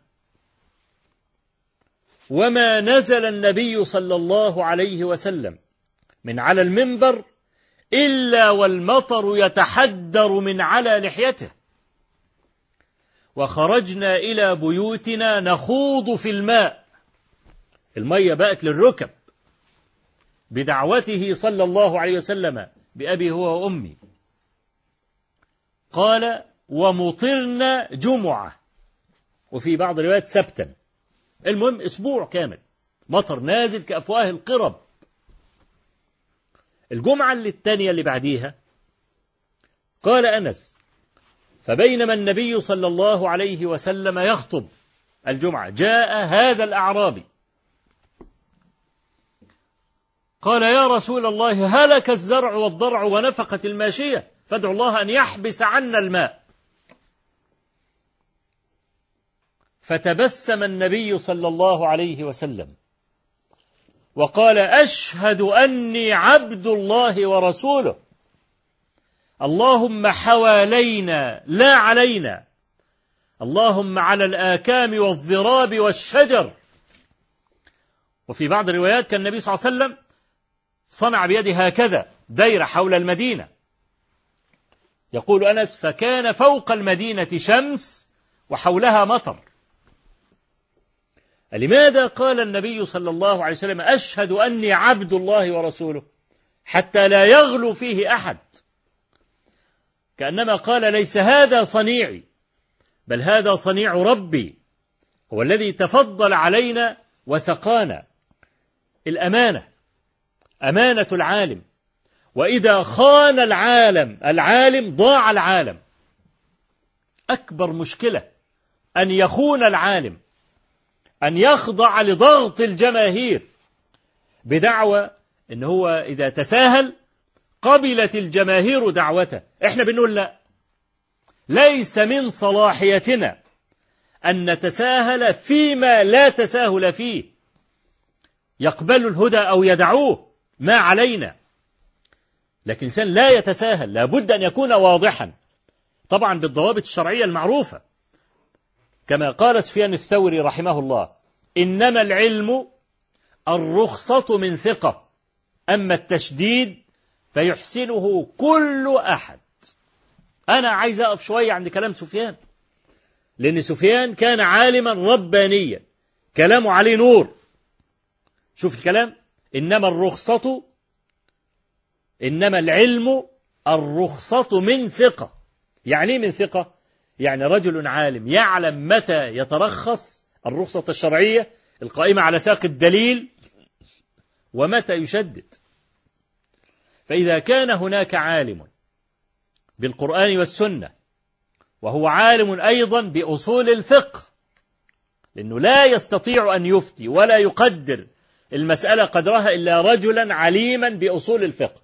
وما نزل النبي صلى الله عليه وسلم من على المنبر إلا والمطر يتحدر من على لحيته، وخرجنا إلى بيوتنا نخوض في الماء، المية بقت للركب بدعوته صلى الله عليه وسلم بأبي هو وأمي. قال ومطرنا جمعة، وفي بعض الروايات سبتا، المهم أسبوع كامل مطر نازل كأفواه القرب. الجمعة الثانية اللي بعديها قال أنس فبينما النبي صلى الله عليه وسلم يخطب الجمعة جاء هذا الأعرابي قال يا رسول الله هلك الزرع والضرع ونفقت الماشية فادعوا الله أن يحبس عنا الماء. فتبسم النبي صلى الله عليه وسلم وقال أشهد أني عبد الله ورسوله، اللهم حوالينا لا علينا، اللهم على الآكام والضراب والشجر. وفي بعض الروايات كان النبي صلى الله عليه وسلم صنع بيده هكذا دايرة حول المدينة. يقول أنس فكان فوق المدينة شمس وحولها مطر. لماذا قال النبي صلى الله عليه وسلم أشهد أني عبد الله ورسوله؟ حتى لا يغلو فيه أحد، كأنما قال ليس هذا صنيعي بل هذا صنيع ربي، هو الذي تفضل علينا وسقانا. الأمانة أمانة العالم، وإذا خان العالم ضاع العالم. أكبر مشكلة أن يخون العالم، أن يخضع لضغط الجماهير بدعوى إن هو إذا تساهل قبلت الجماهير دعوته. إحنا بنقول لا، ليس من صلاحيتنا أن نتساهل فيما لا تساهل فيه، يقبل الهدى أو يدعوه ما علينا، لكن الإنسان لا يتساهل، لابد أن يكون واضحا طبعا بالضوابط الشرعية المعروفة، كما قال سفيان الثوري رحمه الله إنما العلم الرخصة من ثقة، أما التشديد فيحسنه كل أحد. أنا عايز أقف شوية عند كلام سفيان، لأن سفيان كان عالما ربانيا كلامه عليه نور. شوف الكلام، إنما العلم الرخصة من ثقة. يعني من ثقة؟ يعني رجل عالم يعلم متى يترخص الرخصة الشرعية القائمة على ساق الدليل ومتى يشدد. فإذا كان هناك عالم بالقرآن والسنة وهو عالم أيضا بأصول الفقه، لأنه لا يستطيع أن يفتي ولا يقدر المسألة قدرها إلا رجلا عليما بأصول الفقه،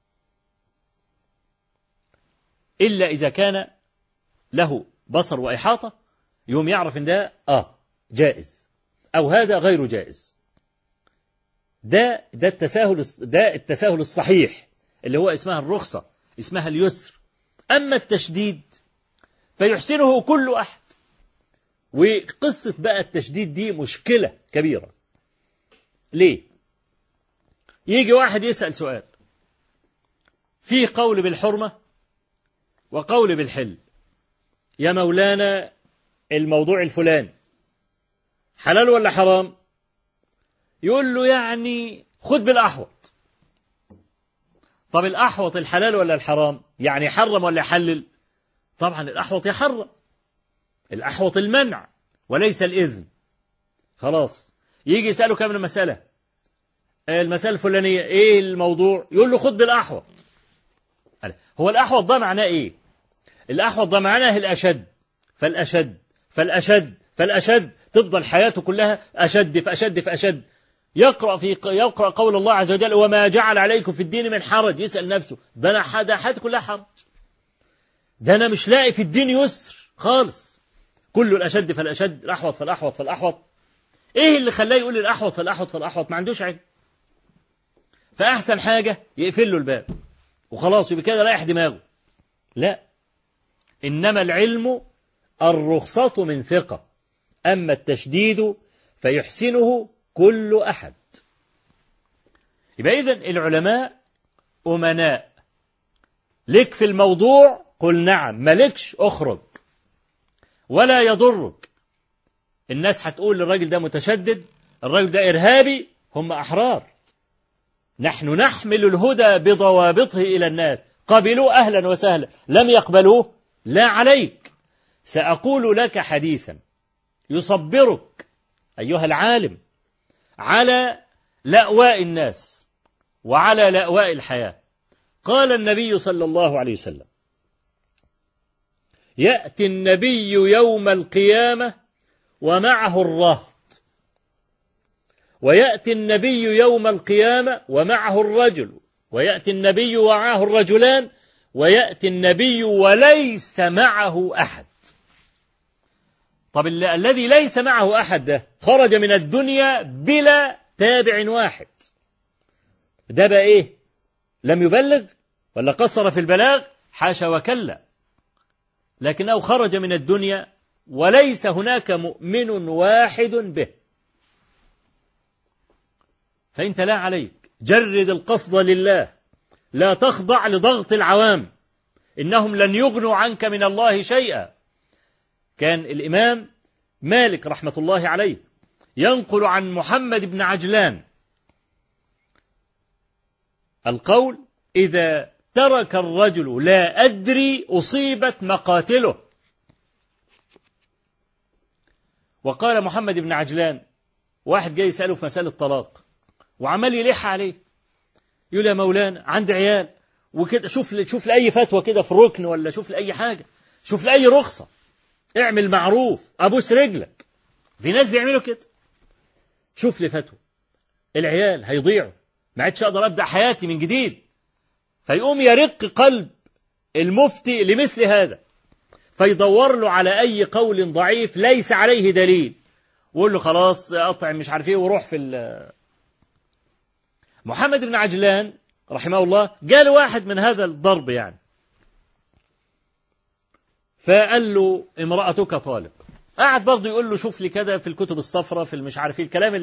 إلا إذا كان له بصر وإحاطة يوم يعرف إن ده جائز أو هذا غير جائز. ده التساهل الصحيح اللي هو اسمها الرخصة، اسمها اليسر. أما التشديد فيحسنه كل أحد. وقصة بقى التشديد دي مشكلة كبيرة. ليه؟ يجي واحد يسأل سؤال، في قول بالحرمة وقول بالحل، يا مولانا الموضوع الفلاني حلال ولا حرام؟ يقول له يعني خد بالأحوط. طب الأحوط الحلال ولا الحرام؟ يعني حرم ولا يحلل؟ طبعا الأحوط يحرم، الأحوط المنع وليس الإذن. خلاص يجي يسأله كم مسألة، المسألة الفلانية إيه الموضوع؟ يقول له خد بالأحوط. هو الأحوط ده معناه إيه؟ الأحوط ده معناه الأشد فالأشد فالأشد فالأشد، تفضل حياته كلها أشد فأشد فأشد. يقرأ قول الله عز وجل وما جعل عليكم في الدين من حرج، يسأل نفسه ده أنا حياتي كلها حرج، ده أنا مش لاقي في الدين يسر خالص، كله الأشد فالأشد، الأحوط فالأحوط فالأحوط. إيه اللي خلاه يقول الأحوط فالأحوط فالأحوط؟ ما عندوش علم. فأحسن حاجة يقفل له الباب وخلاص، يبقى كده رايح دماغه. لا، إنما العلم الرخصة من ثقة، أما التشديد فيحسنه كل أحد. يبقى إذن العلماء أمناء، لك في الموضوع قل نعم، مالكش أخرج، ولا يضرك. الناس هتقول الراجل ده متشدد، الراجل ده إرهابي، هم أحرار. نحن نحمل الهدى بضوابطه إلى الناس، قبلوه أهلا وسهلا، لم يقبلوه لا عليك. سأقول لك حديثا يصبرك أيها العالم على لأواء الناس وعلى لأواء الحياة. قال النبي صلى الله عليه وسلم: يأتي النبي يوم القيامة ومعه الرهط، ويأتي النبي يوم القيامة ومعه الرجل، ويأتي النبي ومعه الرجلان، ويأتي النبي وليس معه أحد. طب الذي ليس معه أحد ده خرج من الدنيا بلا تابع واحد، ده بقى إيه؟ لم يبلغ ولا قصر في البلاغ؟ حاشا وكلا، لكنه خرج من الدنيا وليس هناك مؤمن واحد به. فأنت لا عليك، جرد القصد لله، لا تخضع لضغط العوام، إنهم لن يغنوا عنك من الله شيئا. كان الإمام مالك رحمة الله عليه ينقل عن محمد بن عجلان القول: إذا ترك الرجل لا أدري أصيبت مقاتله. وقال محمد بن عجلان، واحد جاي يسأله في مسألة الطلاق وعمال يلح عليه، يقول: يا مولانا عندي عيال وكده، شوف لأي فتوى كده في ركن، ولا شوف لأي حاجة، شوف لأي رخصة، اعمل معروف، أبوس رجلك. في ناس بيعملوا كده، شوف لي فتوى، العيال هيضيعوا، ما عادش أقدر أبدأ حياتي من جديد. فيقوم يرق قلب المفتي لمثل هذا، فيدور له على أي قول ضعيف ليس عليه دليل، ويقول له خلاص أطعم مش عارف إيه وروح في محمد بن عجلان رحمه الله قال واحد من هذا الضرب يعني، فقال له: امرأتك طالق. قعد برضه يقول له: شوف لي كده في الكتب الصفراء، في مش عارف ايه الكلام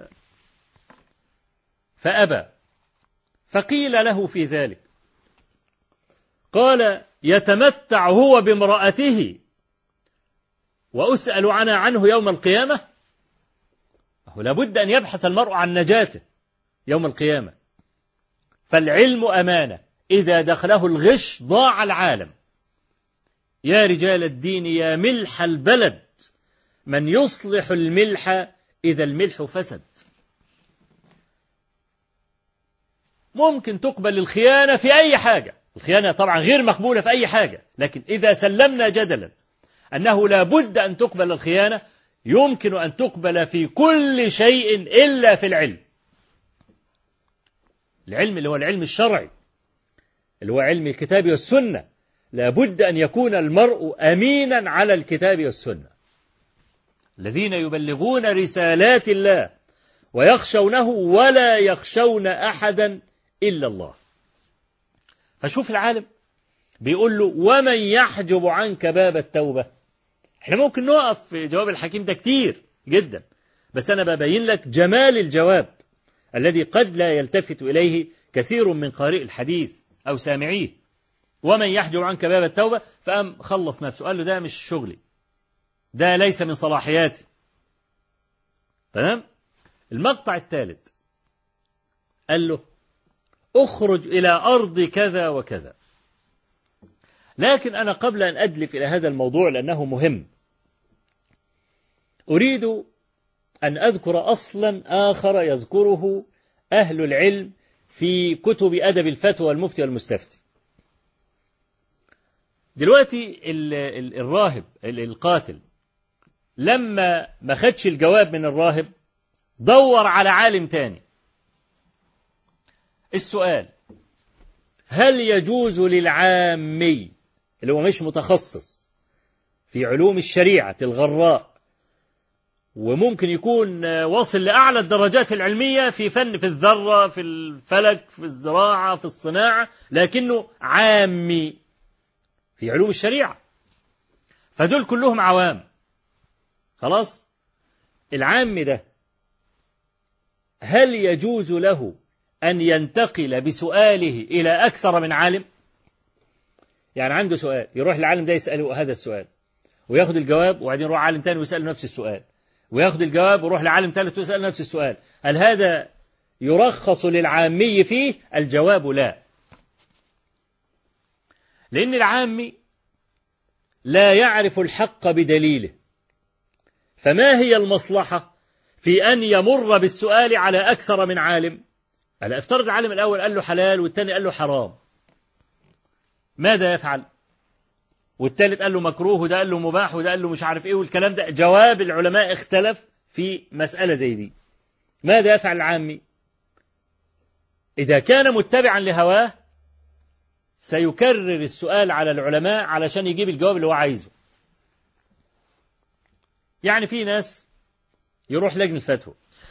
فأبى. فقيل له في ذلك، قال: يتمتع هو بامرأته وأسأل عنه يوم القيامة؟ لابد أن يبحث المرء عن نجاته يوم القيامة. فالعلم أمانة، إذا دخله الغش ضاع العالم. يا رجال الدين يا ملح البلد، من يصلح الملح إذا الملح فسد. ممكن تقبل الخيانة في أي حاجة، الخيانة طبعا غير مقبولة في أي حاجة، لكن إذا سلمنا جدلا أنه لا بد أن تقبل الخيانة، يمكن أن تقبل في كل شيء إلا في العلم. العلم اللي هو العلم الشرعي، اللي هو علم الكتاب والسنة، لا بد أن يكون المرء أمينا على الكتاب والسنة، الذين يبلغون رسالات الله ويخشونه ولا يخشون أحدا إلا الله. فشوف العالم بيقول له: ومن يحجب عنك باب التوبة. احنا ممكن نقف في جواب الحكيم ده كتير جدا، بس أنا ببين لك جمال الجواب الذي قد لا يلتفت إليه كثير من قارئ الحديث أو سامعيه. ومن يحجب عنك باب التوبة، فقام خلص نفسه، قال له: ده مش شغلي، ده ليس من صلاحياتي. تمام؟ المقطع الثالث قال له: اخرج إلى أرض كذا وكذا. لكن أنا قبل أن أدلف إلى هذا الموضوع لأنه مهم، أريد أن أذكر أصلا آخر يذكره أهل العلم في كتب أدب الفتوى والمفتي والمستفتي. دلوقتي الراهب القاتل لما ما خدش الجواب من الراهب دور على عالم تاني. السؤال: هل يجوز للعامي اللي هو مش متخصص في علوم الشريعة الغراء، وممكن يكون واصل لأعلى الدرجات العلمية في فن، في الذرة، في الفلك، في الزراعة، في الصناعة، لكنه عامي في علوم الشريعة، فدول كلهم عوام. خلاص، العام ده هل يجوز له أن ينتقل بسؤاله إلى أكثر من عالم؟ يعني عنده سؤال يروح العالم ده يسأله هذا السؤال وياخد الجواب، وبعدين يروح عالم تاني ويسأله نفس السؤال وياخد الجواب ويروح لعالم ثالث ويسأله نفس السؤال. هل هذا يرخص للعامي فيه؟ الجواب لا، لأن العامي لا يعرف الحق بدليله، فما هي المصلحة في أن يمر بالسؤال على أكثر من عالم؟ ألا افترض العالم الأول قال له حلال والثاني قال له حرام، ماذا يفعل؟ والثالث قال له مكروه وده قال له مباح وده قال له مش عارف إيه والكلام ده. جواب العلماء اختلف في مسألة زي دي. ماذا يفعل العامي؟ إذا كان متبعا لهواه سيكرر السؤال على العلماء علشان يجيب الجواب اللي هو عايزه. يعني في ناس يروح لجنة الفتوى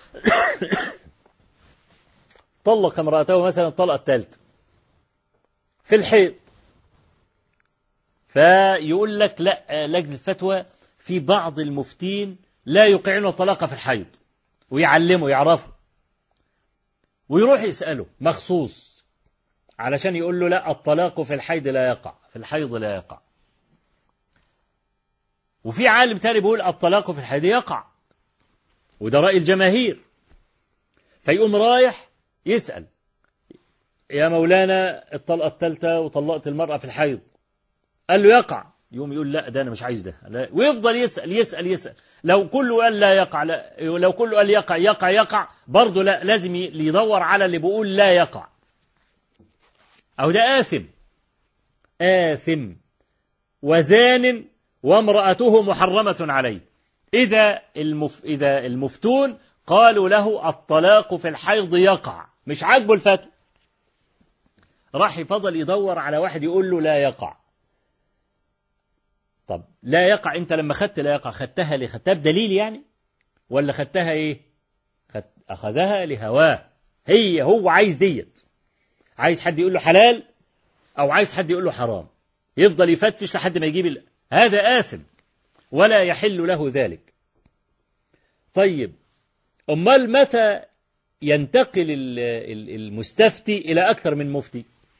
طلق امرأته مثلا الطلقة الثالثة في الحيض، فيقول لك لا، لجنة الفتوى في بعض المفتين لا يوقعون الطلاق في الحيض، ويعلمه يعرفه ويروح يسأله مخصوص علشان يقول له لا، الطلاق في الحيض لا يقع، في الحيض لا يقع. وفي عالم تاني بيقول الطلاق في الحيض يقع، وده رأي الجماهير. فيقوم رايح يسأل يا مولانا الطلقة الثالثة وطلقت المرأة في الحيض، قال له يقع، يقوم يقول لا ده أنا مش عايز ده، ويفضل يسأل يسأل يسأل. لو كله قال لا يقع، لا، لو كله قال يقع يقع يقع برضه لا، لازم يدور على اللي بيقول لا يقع. أو ده آثم، آثم وزان وامرأته محرمة عليه. إذا المفتون قالوا له الطلاق في الحيض يقع، مش عاجبه الفتوى، راح يفضل يدور على واحد يقول له لا يقع. طب لا يقع، انت لما خدت لا يقع خدتها ليه؟ خدتها بدليل يعني، ولا خدتها ايه؟ اخذها لهواه، هو عايز ديت، عايز حد يقول له حلال او عايز حد يقول له حرام، يفضل يفتش لحد ما يجيب هذا آثم ولا يحل له ذلك. طيب امال متى ينتقل المستفتي الى اكثر من مفتي؟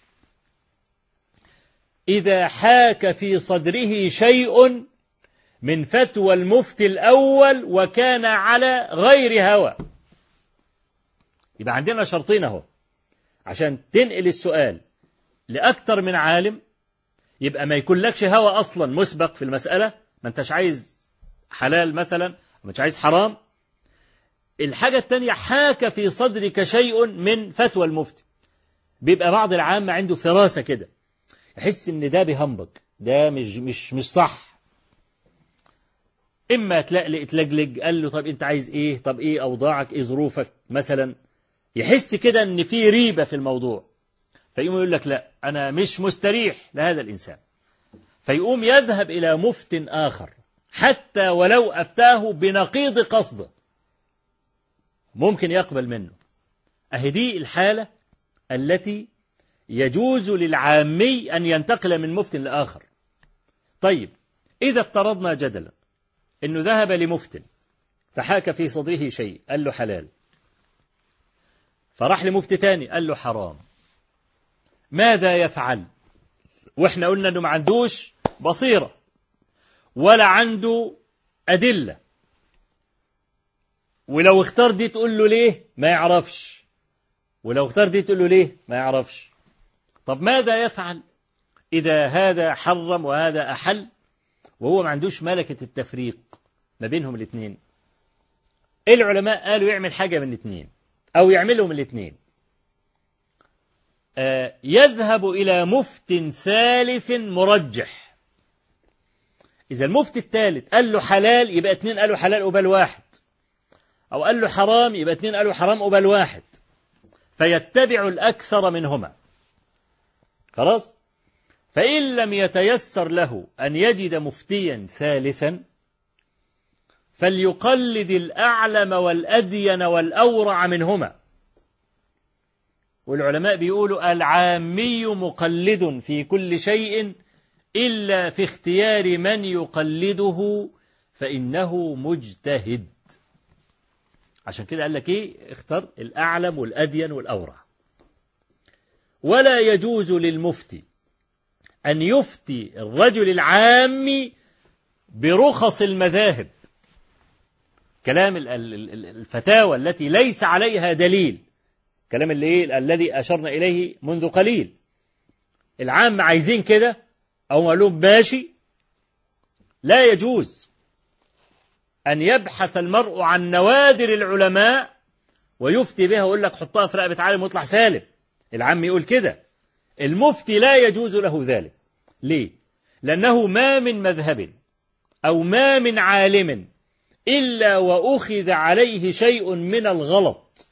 إذا حاك في صدره شيء من فتوى المفتي الأول وكان على غير هوى. يبقى عندنا شرطين اهو عشان تنقل السؤال لأكثر من عالم، يبقى ما يكون لكش هوى أصلا مسبق في المسألة، ما انتش عايز حلال مثلا وما انتش عايز حرام. الحاجة الثانية حاك في صدرك شيء من فتوى المفتي، بيبقى بعض العامة عنده فراسة كده، يحس ان ده بيهمبك، ده مش صح. اما تلجلج، قال له طب انت عايز ايه، طب ايه اوضاعك، ايه ظروفك مثلا، يحس كده ان في ريبة في الموضوع، فيقوم يقول لك لا انا مش مستريح لهذا الانسان، فيقوم يذهب الى مفت اخر حتى ولو افتاه بنقيض قصده ممكن يقبل منه. اهدي الحالة التي يجوز للعامي أن ينتقل من مفت لآخر. طيب إذا افترضنا جدلا أنه ذهب لمفت فحاك في صدره شيء قال له حلال، فراح لمفت تاني قال له حرام، ماذا يفعل؟ وإحنا قلنا أنه ما عندوش بصيرة ولا عنده أدلة، ولو اختار دي تقول له ليه ما يعرفش، ولو اختار دي تقول له ليه ما يعرفش. طب ماذا يفعل إذا هذا حرم وهذا أحل وهو ما عندوش ملكة التفريق ما بينهم الاثنين؟ العلماء قالوا يعمل حاجة من الاثنين أو يعملهم الاثنين. يذهب إلى مفت ثالث مرجح. إذا المفت الثالث قال له حلال يبقى اثنين قالوا حلال قبال واحد، أو قال له حرام يبقى اثنين قالوا حرام قبال واحد، فيتبع الأكثر منهما. خلاص؟ فإن لم يتيسر له أن يجد مفتيا ثالثا فليقلد الأعلم والأدين والأورع منهما. والعلماء بيقولوا العامي مقلد في كل شيء إلا في اختيار من يقلده فإنه مجتهد. عشان كده قال لك إيه؟ اختار الأعلم والأدين والأورع. ولا يجوز للمفتي أن يفتي الرجل العام برخص المذاهب، كلام الفتاوى التي ليس عليها دليل، كلام الذي أشرنا إليه منذ قليل. العام عايزين كده أو قالوا ماشي، لا يجوز أن يبحث المرء عن نوادر العلماء ويفتي بها ويقول لك حطها في رقبة عالم واطلع سالم. العام يقول كده، المفتي لا يجوز له ذلك. ليه؟ لأنه ما من مذهب أو ما من عالم إلا وأخذ عليه شيء من الغلط.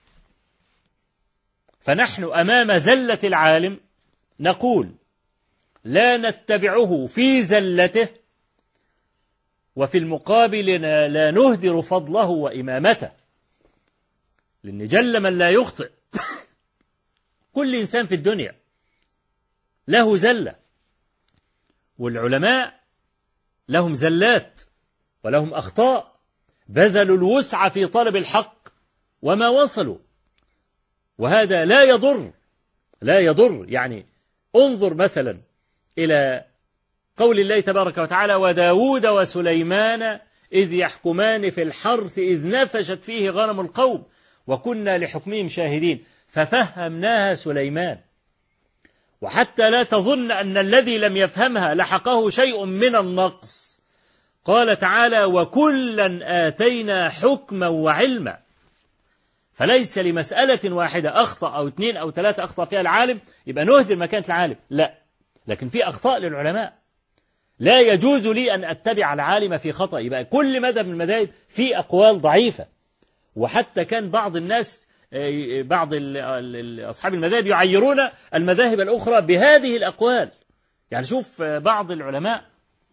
فنحن أمام زلة العالم نقول لا نتبعه في زلته، وفي المقابل لا نهدر فضله وإمامته، لأن جل من لا يخطئ. كل إنسان في الدنيا له زلة، والعلماء لهم زلات ولهم أخطاء، بذلوا الوسع في طلب الحق وما وصلوا، وهذا لا يضر. يعني انظر مثلا إلى قول الله تبارك وتعالى: وداود وسليمان إذ يحكمان في الحرث إذ نفشت فيه غنم القوم وكنا لحكمهم شاهدين ففهمناها سليمان. وحتى لا تظن أن الذي لم يفهمها لحقه شيء من النقص، قال تعالى: وكلا آتينا حكما وعلما. فليس لمسألة واحدة أخطأ أو 2 أو 3 أخطأ فيها العالم يبقى نهدر مكانة العالم، لا، لكن في أخطاء للعلماء لا يجوز لي أن أتبع العالم في خطأ. يبقى كل مذهب من المذاهب في أقوال ضعيفة، وحتى كان بعض الناس بعض أصحاب المذاهب يعيرون المذاهب الأخرى بهذه الأقوال. يعني شوف بعض العلماء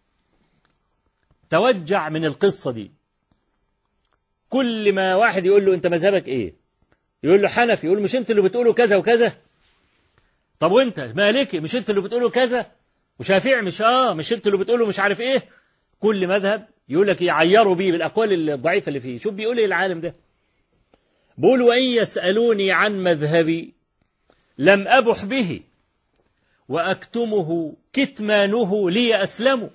توجع من القصة دي، كل ما واحد يقول له أنت مذهبك إيه؟ يقول له حنفي، يقول له مش أنت اللي بتقوله كذا وكذا؟ طب وأنت مالكي، مش أنت اللي بتقوله كذا؟ وشافعي مش أنت اللي بتقوله مش عارف إيه؟ كل مذهب يقول لك يعيروا بيه بالأقوال الضعيفة اللي فيه. شوف بيقول إيه العالم ده؟ بقول: وإن يسألوني عن مذهبي لم أبح به وأكتمه كتمانه لي أسلم.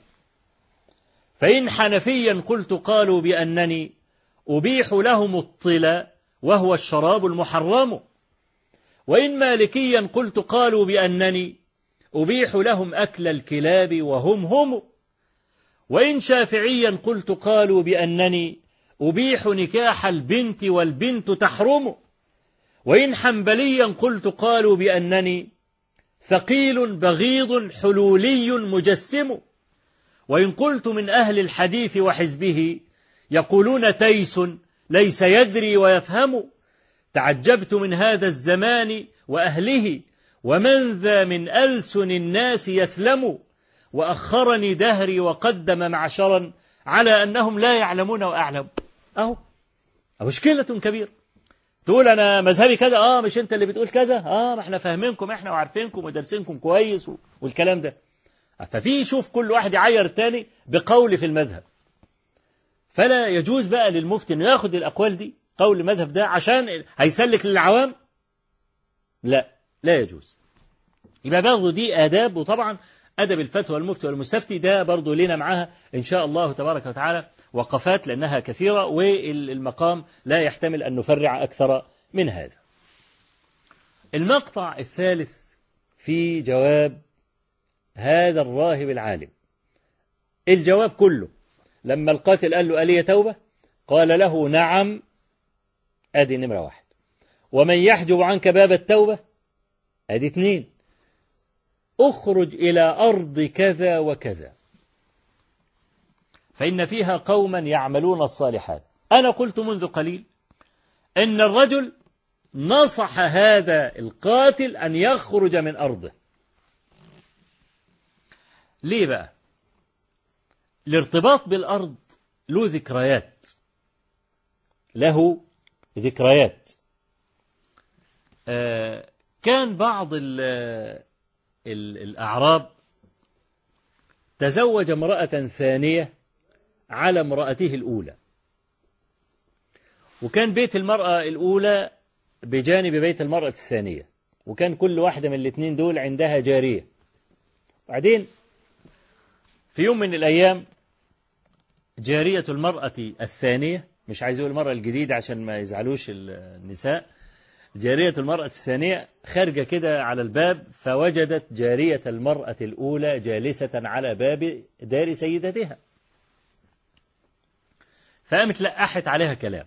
فإن حنفيا قلت قالوا بأنني أبيح لهم الطلا وهو الشراب المحرم. وإن مالكيا قلت قالوا بأنني أبيح لهم أكل الكلاب وهم. وإن شافعيا قلت قالوا بأنني أبيح نكاح البنت والبنت تحرم. وإن حنبليا قلت قالوا بأنني ثقيل بغيض حلولي مجسم. وإن قلت من أهل الحديث وحزبه يقولون تيس ليس يدري ويفهم. تعجبت من هذا الزمان وأهله ومن ذا من ألسن الناس يسلم. وأخرني دهري وقدم معشرا على أنهم لا يعلمون وأعلم. أهو مشكلة كبيرة. تقول أنا مذهبي كذا، مش أنت اللي بتقول كذا، ما احنا فاهمينكم احنا وعارفينكم ودرسينكم كويس والكلام ده. ففي شوف كل واحد يعير التاني بقول في المذهب. فلا يجوز بقى للمفتي انه ياخد الأقوال دي قول المذهب ده عشان هيسلك للعوام، لا يجوز. يبقى برضه دي آداب، وطبعا أدب الفتوى والمفتي والمستفتي ده برضه لنا معاها إن شاء الله تبارك وتعالى وقفات، لأنها كثيرة والمقام لا يحتمل أن نفرع أكثر من هذا. المقطع الثالث في جواب هذا الراهب العالم. الجواب كله لما القاتل قال له ألي توبة؟ قال له نعم. أدي نمرة 1. ومن يحجب عنك باب التوبة؟ أدي 2. اخرج إلى أرض كذا وكذا فإن فيها قوما يعملون الصالحات. أنا قلت منذ قليل إن الرجل نصح هذا القاتل أن يخرج من أرضه. ليه بقى؟ الارتباط بالأرض له ذكريات. كان بعض الأعراب تزوج امرأة ثانية على امرأته الأولى، وكان بيت المرأة الأولى بجانب بيت المرأة الثانية، وكان كل واحدة من الاثنين دول عندها جارية. بعدين في يوم من الأيام جارية المرأة الثانية، مش عايز أقول المرأة الجديدة عشان ما يزعلوش النساء، جارية المرأة الثانية خارجة كده على الباب، فوجدت جارية المرأة الأولى جالسة على باب دار سيدتها، فقامت لقحت عليها كلام،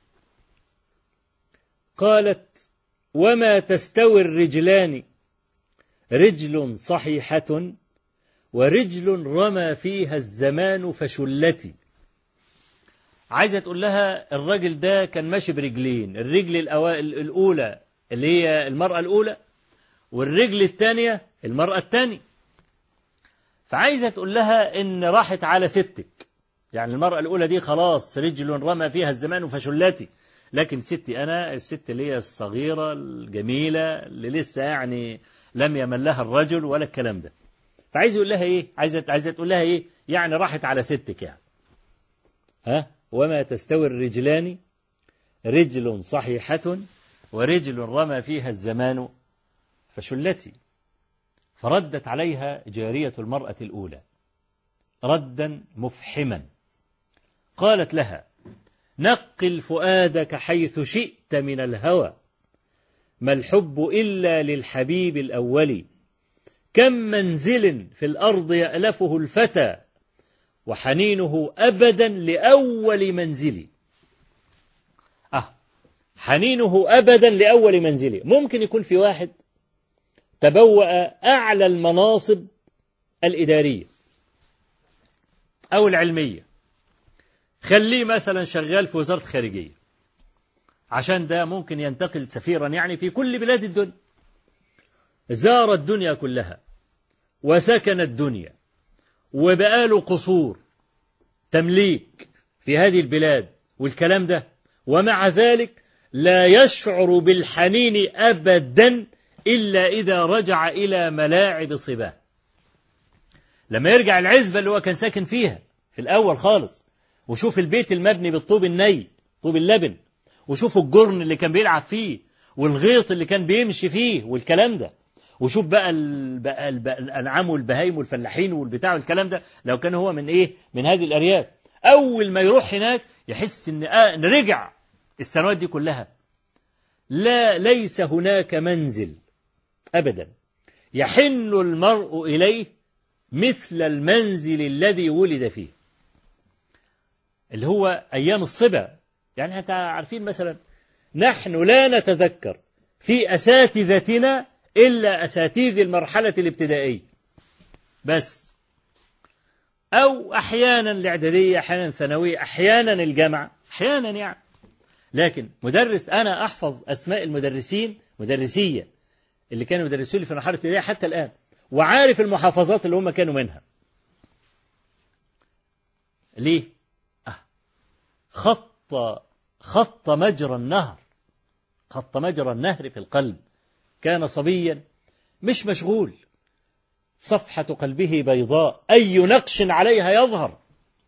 قالت: وما تستوي الرجلان، رجل صحيحة ورجل رمى فيها الزمان فشلتي. عايزة تقول لها الراجل ده كان ماشي برجلين، الرجل الأولى اللي هي المرأة الأولى، والرجل الثانية المرأة الثانية، فعايزة تقول لها إن راحت على ستك، يعني المرأة الأولى دي خلاص رجل رمى فيها الزمان فشلتي، لكن ستي أنا الست اللي هي الصغيرة الجميلة اللي لسه يعني لم يمل لها الرجل ولا الكلام ده. فعايز يقول لها إيه؟ عايزة تقول لها إيه؟ يعني راحت على ستك يعني. وما تستوي الرجلان، رجل صحيحة ورجل رمى فيها الزمان فشلتي. فردت عليها جارية المرأة الأولى ردا مفحما، قالت لها: نقل فؤادك حيث شئت من الهوى، ما الحب إلا للحبيب الأول، كم منزل في الأرض يألفه الفتى، وحنينه أبدا لأول منزل. حنينه أبدا لأول منزل. ممكن يكون في واحد تبوأ أعلى المناصب الإدارية أو العلمية، خليه مثلا شغال في وزارة خارجية، عشان ده ممكن ينتقل سفيرا يعني في كل بلاد الدنيا، زار الدنيا كلها وسكن الدنيا وبقاله قصور تمليك في هذه البلاد والكلام ده، ومع ذلك لا يشعر بالحنين أبدا إلا إذا رجع إلى ملاعب صباه. لما يرجع العزبة اللي هو كان ساكن فيها في الأول خالص، وشوف البيت المبني بالطوب الني طوب اللبن، وشوف الجرن اللي كان بيلعب فيه والغيط اللي كان بيمشي فيه والكلام ده، وشوف بقى الأنعام والبهايم والفلاحين والبتاع والكلام ده، لو كان هو من إيه؟ من هذه الأرياف، أول ما يروح هناك يحس إن رجع السنوات دي كلها ليس هناك منزل أبدا يحن المرء إليه مثل المنزل الذي ولد فيه، اللي هو أيام الصبا. يعني أنت عارفين مثلا نحن لا نتذكر في أساتذتنا إلا أساتذة المرحلة الابتدائية بس، أو أحيانا الإعدادية، أحيانا الثانوية، أحيانا الجامعة، أحيانا يعني. لكن مدرس أنا أحفظ أسماء مدرسية اللي كانوا يدرسوا لي في المرحلة الابتدائية حتى الآن، وعارف المحافظات اللي هم كانوا منها. ليه؟ خط مجرى النهر، خط مجرى النهر في القلب. كان صبيا مش مشغول، صفحة قلبه بيضاء، أي نقش عليها يظهر.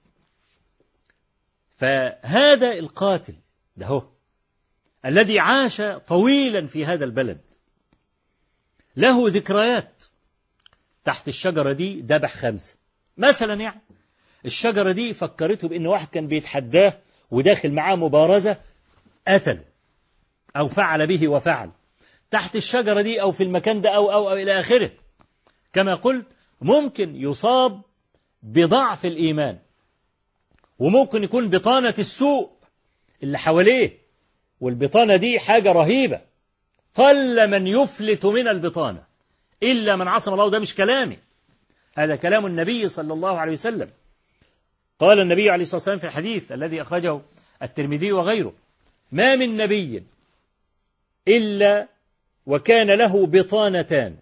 فهذا القاتل ده هو الذي عاش طويلا في هذا البلد، له ذكريات. تحت الشجرة دي ذبح 5 مثلا، يعني الشجرة دي فكرته بأن واحد كان بيتحداه وداخل معاه مبارزة قتله أو فعل به وفعل تحت الشجرة دي أو في المكان ده أو إلى آخره. كما قلت ممكن يصاب بضعف الإيمان، وممكن يكون بطانة السوء اللي حواليه، والبطانة دي حاجة رهيبة، قل من يفلت من البطانة إلا من عصم الله. ده مش كلامي، هذا كلام النبي صلى الله عليه وسلم. قال النبي عليه الصلاة والسلام في الحديث الذي أخرجه الترمذي وغيره: ما من نبي إلا وكان له بطانتان،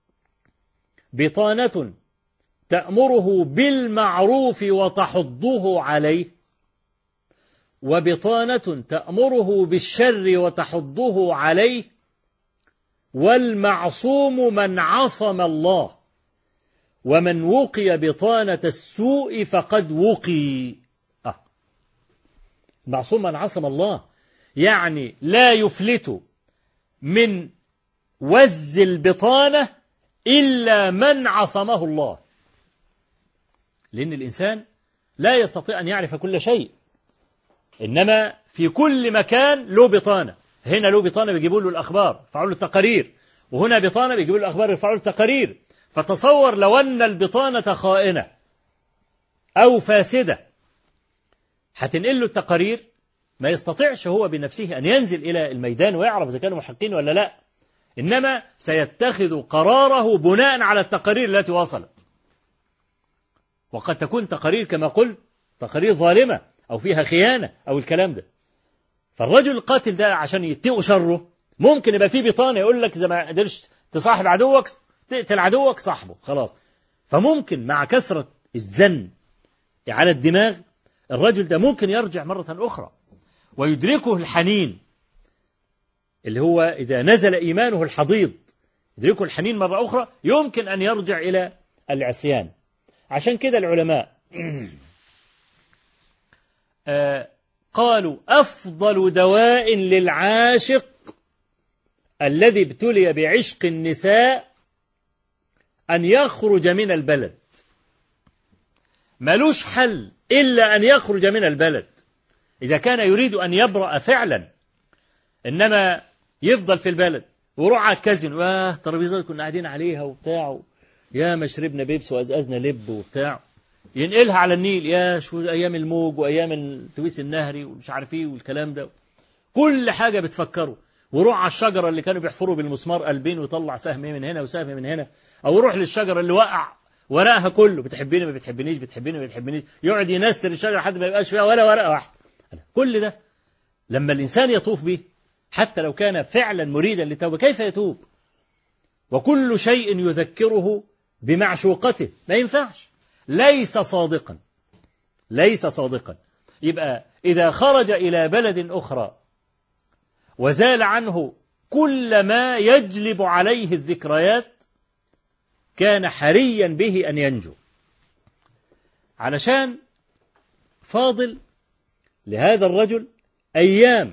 بطانة تأمره بالمعروف وتحضه عليه، وبطانة تأمره بالشر وتحضه عليه، والمعصوم من عصم الله. ومن وقي بطانة السوء فقد وقي. معصوم من عصم الله، يعني لا يفلت من وز البطانة إلا من عصمه الله، لأن الإنسان لا يستطيع أن يعرف كل شيء، إنما في كل مكان له بطانة. هنا له بطانة بيجيبوا له الأخبار يرفعوا له التقارير، وهنا بطانة بيجيبوا له الأخبار يرفعوا له التقارير. فتصور لو أن البطانة خائنة أو فاسدة هتنقل له التقارير، ما يستطيعش هو بنفسه أن ينزل إلى الميدان ويعرف إذا كانوا محقين ولا لا، إنما سيتخذ قراره بناء على التقارير التي وصلت، وقد تكون تقارير كما قلت تقارير ظالمة أو فيها خيانة أو الكلام ده. فالرجل القاتل ده عشان يتقوا شره ممكن يبقى فيه بطانة يقول لك إذا ما قدرش تصاحب عدوك تقتل عدوك صاحبه خلاص. فممكن مع كثرة الزن على الدماغ الرجل ده ممكن يرجع مرة أخرى ويدركه الحنين، اللي هو إذا نزل إيمانه الحضيض يدركه الحنين مرة أخرى، يمكن أن يرجع إلى العصيان. عشان كده العلماء قالوا أفضل دواء للعاشق الذي ابتلي بعشق النساء أن يخرج من البلد. ملوش حل إلا أن يخرج من البلد إذا كان يريد أن يبرأ فعلا، إنما يفضل في البلد ويروح على الكازينو، ترابيزات كنا قاعدين عليها وبتاع، يا ما شربنا بيبس وأزأزنا لب وبتاع، ينقلها على النيل، يا شو أيام الموج وأيام التويس النهري ومش عارف إيه والكلام ده، كل حاجة بتفكره. وروح على الشجرة اللي كانوا بيحفروا بالمسمار قلبين ويطلع سهم من هنا وسهم من هنا، أو يروح للشجرة اللي وقع ورقها كله بتحبيني ما بتحبنيش، بتحبيني ما بتحبنيش، يقعد ينسر الشجرة لحد ما يبقاش فيها ولا ورقة واحدة. كل ده لما الإنسان يطوف به حتى لو كان فعلا مريدا للتوبة كيف يتوب؟ وكل شيء يذكره بمعشوقته ما ينفعش، ليس صادقا، ليس صادقا. يبقى إذا خرج إلى بلد أخرى وزال عنه كل ما يجلب عليه الذكريات كان حريا به أن ينجو، علشان فاضل لهذا الرجل أيام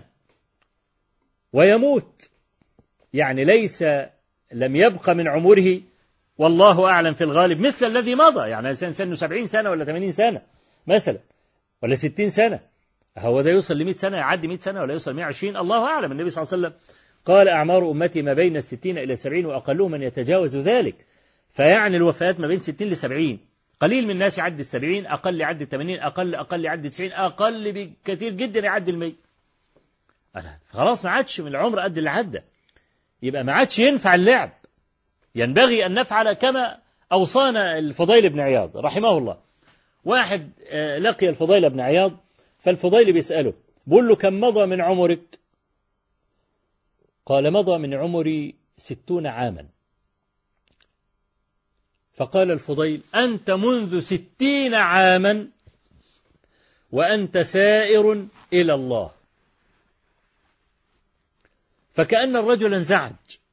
ويموت، يعني ليس لم يبق من عمره والله أعلم في الغالب مثل الذي مضى، يعني الإنسان سنه 70 سنة ولا 80 سنة مثلا ولا 60 سنة، هو ده يوصل ل100 سنة يعدي 100 سنة ولا يوصل 120 الله أعلم. النبي صلى الله عليه وسلم قال أعمار أمتي ما بين 60 إلى 70 وأقلهم من يتجاوز ذلك، فيعني الوفيات ما بين 60 ل70، قليل من الناس يعدي 70، أقل يعدي 80، أقل يعدي 90، أقل بكثير جدا يعدي 100. خلاص ما عادش من العمر قد اللي عدى، يبقى ما عادش ينفع اللعب. ينبغي أن نفعل كما أوصانا الفضيل بن عياض رحمه الله. واحد لقي الفضيل بن عياض، فالفضيل بيسأله بقول له كم مضى من عمرك؟ قال مضى من عمري 60 عاما. فقال الفضيل أنت منذ 60 عاما وأنت سائر إلى الله. فكأن الرجل انزعج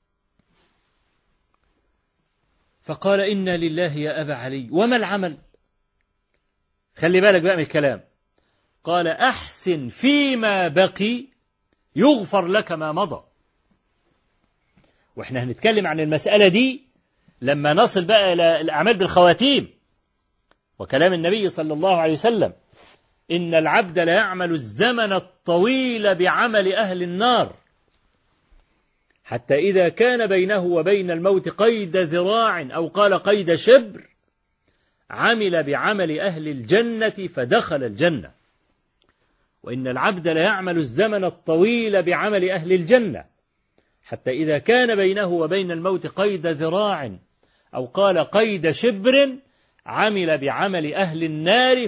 فقال إنا لله يا أبا علي وما العمل؟ خلي بالك بقى من الكلام. قال أحسن فيما بقي يغفر لك ما مضى. وإحنا هنتكلم عن المسألة دي لما نصل بقى إلى الأعمال بالخواتيم، وكلام النبي صلى الله عليه وسلم إن العبد لا يعمل الزمن الطويل بعمل أهل النار حتى إذا كان بينه وبين الموت قيد ذراع أو قال قيد شبر عمل بعمل أهل الجنة فدخل الجنة. وإن العبد لا يعمل الزمن الطويل بعمل أهل الجنة حتى إذا كان بينه وبين الموت قيد ذراع أو قال قيد شبر عمل بعمل أهل النار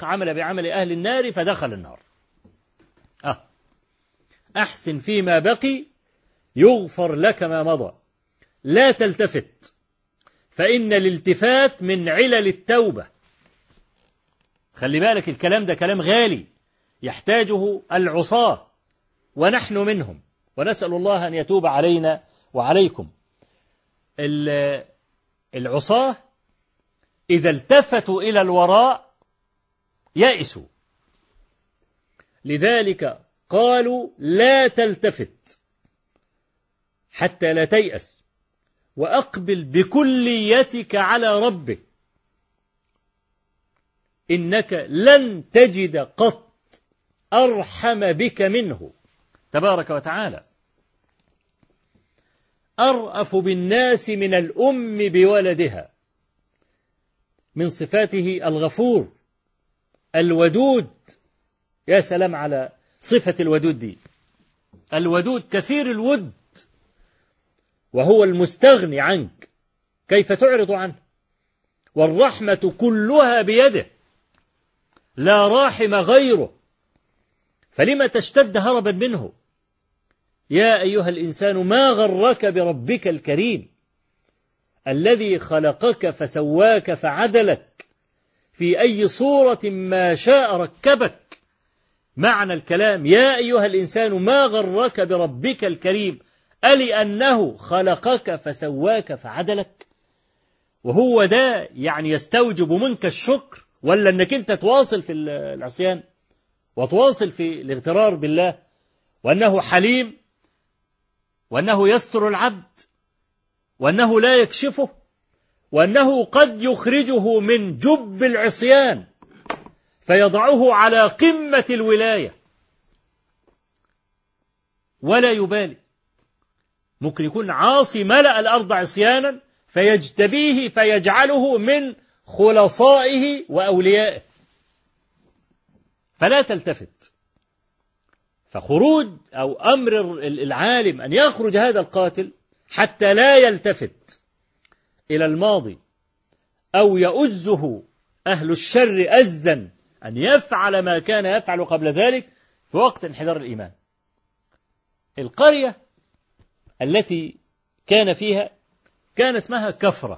فدخل النار. أحسن فيما بقي يغفر لك ما مضى. لا تلتفت، فإن الالتفات من علل التوبة. خلي بالك الكلام ده كلام غالي يحتاجه العصاة ونحن منهم، ونسأل الله أن يتوب علينا وعليكم. العصاة إذا التفتوا إلى الوراء يأسوا. لذلك قالوا لا تلتفت حتى لا تيأس، وأقبل بكليتك على ربك، إنك لن تجد قط أرحم بك منه تبارك وتعالى. أرأف بالناس من الأم بولدها، من صفاته الغفور الودود. يا سلام على صفة الودود دي، الودود كثير الود، وهو المستغني عنك، كيف تعرض عنه؟ والرحمة كلها بيده، لا راحم غيره، فلما تشتد هربا منه؟ يا أيها الإنسان ما غرك بربك الكريم الذي خلقك فسواك فعدلك في أي صورة ما شاء ركبك. معنى الكلام يا أيها الإنسان ما غرك بربك الكريم ألأنه خلقك فسواك فعدلك؟ وهو ده يعني يستوجب منك الشكر، ولا أنك أنت تواصل في العصيان وتواصل في الاغترار بالله، وأنه حليم، وأنه يستر العبد، وأنه لا يكشفه، وأنه قد يخرجه من جب العصيان فيضعه على قمة الولاية ولا يبالي. ممكن يكون عاصي ملأ الأرض عصيانا فيجتبيه فيجعله من خلصائه وأوليائه، فلا تلتفت. فخروج أو أمر العالم أن يخرج هذا القاتل حتى لا يلتفت إلى الماضي أو يؤزه أهل الشر أزا أن يفعل ما كان يفعل قبل ذلك في وقت انحدار الإيمان. القرية التي كان فيها كان اسمها كفرة،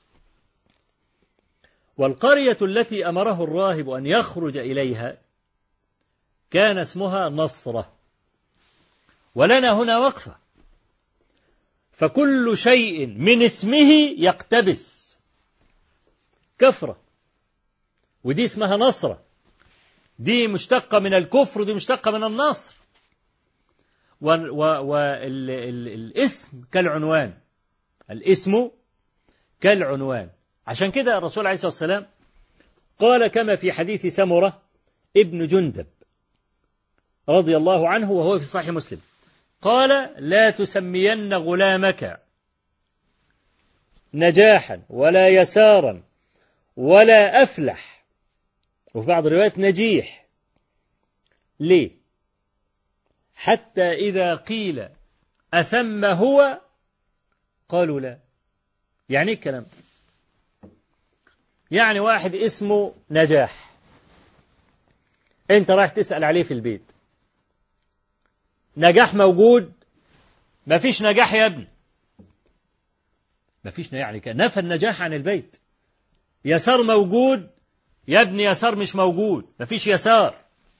والقرية التي أمره الراهب أن يخرج إليها كان اسمها نصرة. ولنا هنا وقفة، فكل شيء من اسمه يقتبس. كفرة ودي اسمها نصرة، دي مشتقة من الكفر ودي مشتقة من النصر، والاسم كالعنوان، الاسم كالعنوان. عشان كده الرسول عليه الصلاة والسلام قال كما في حديث سمرة ابن جندب رضي الله عنه وهو في صحيح مسلم، قال لا تسمين غلامك نجاحا ولا يسارا ولا أفلح، وفي بعض الروايات نجيح. ليه؟ حتى إذا قيل أثم هو قالوا لا. يعني الكلام يعني واحد اسمه نجاح، انت رايح تسأل عليه في البيت، نجاح موجود؟ ما فيش نجاح يا ابني، ما فيش، يعني نفى النجاح عن البيت. يسار موجود يا ابني؟ يسار مش موجود، ما فيش يسار.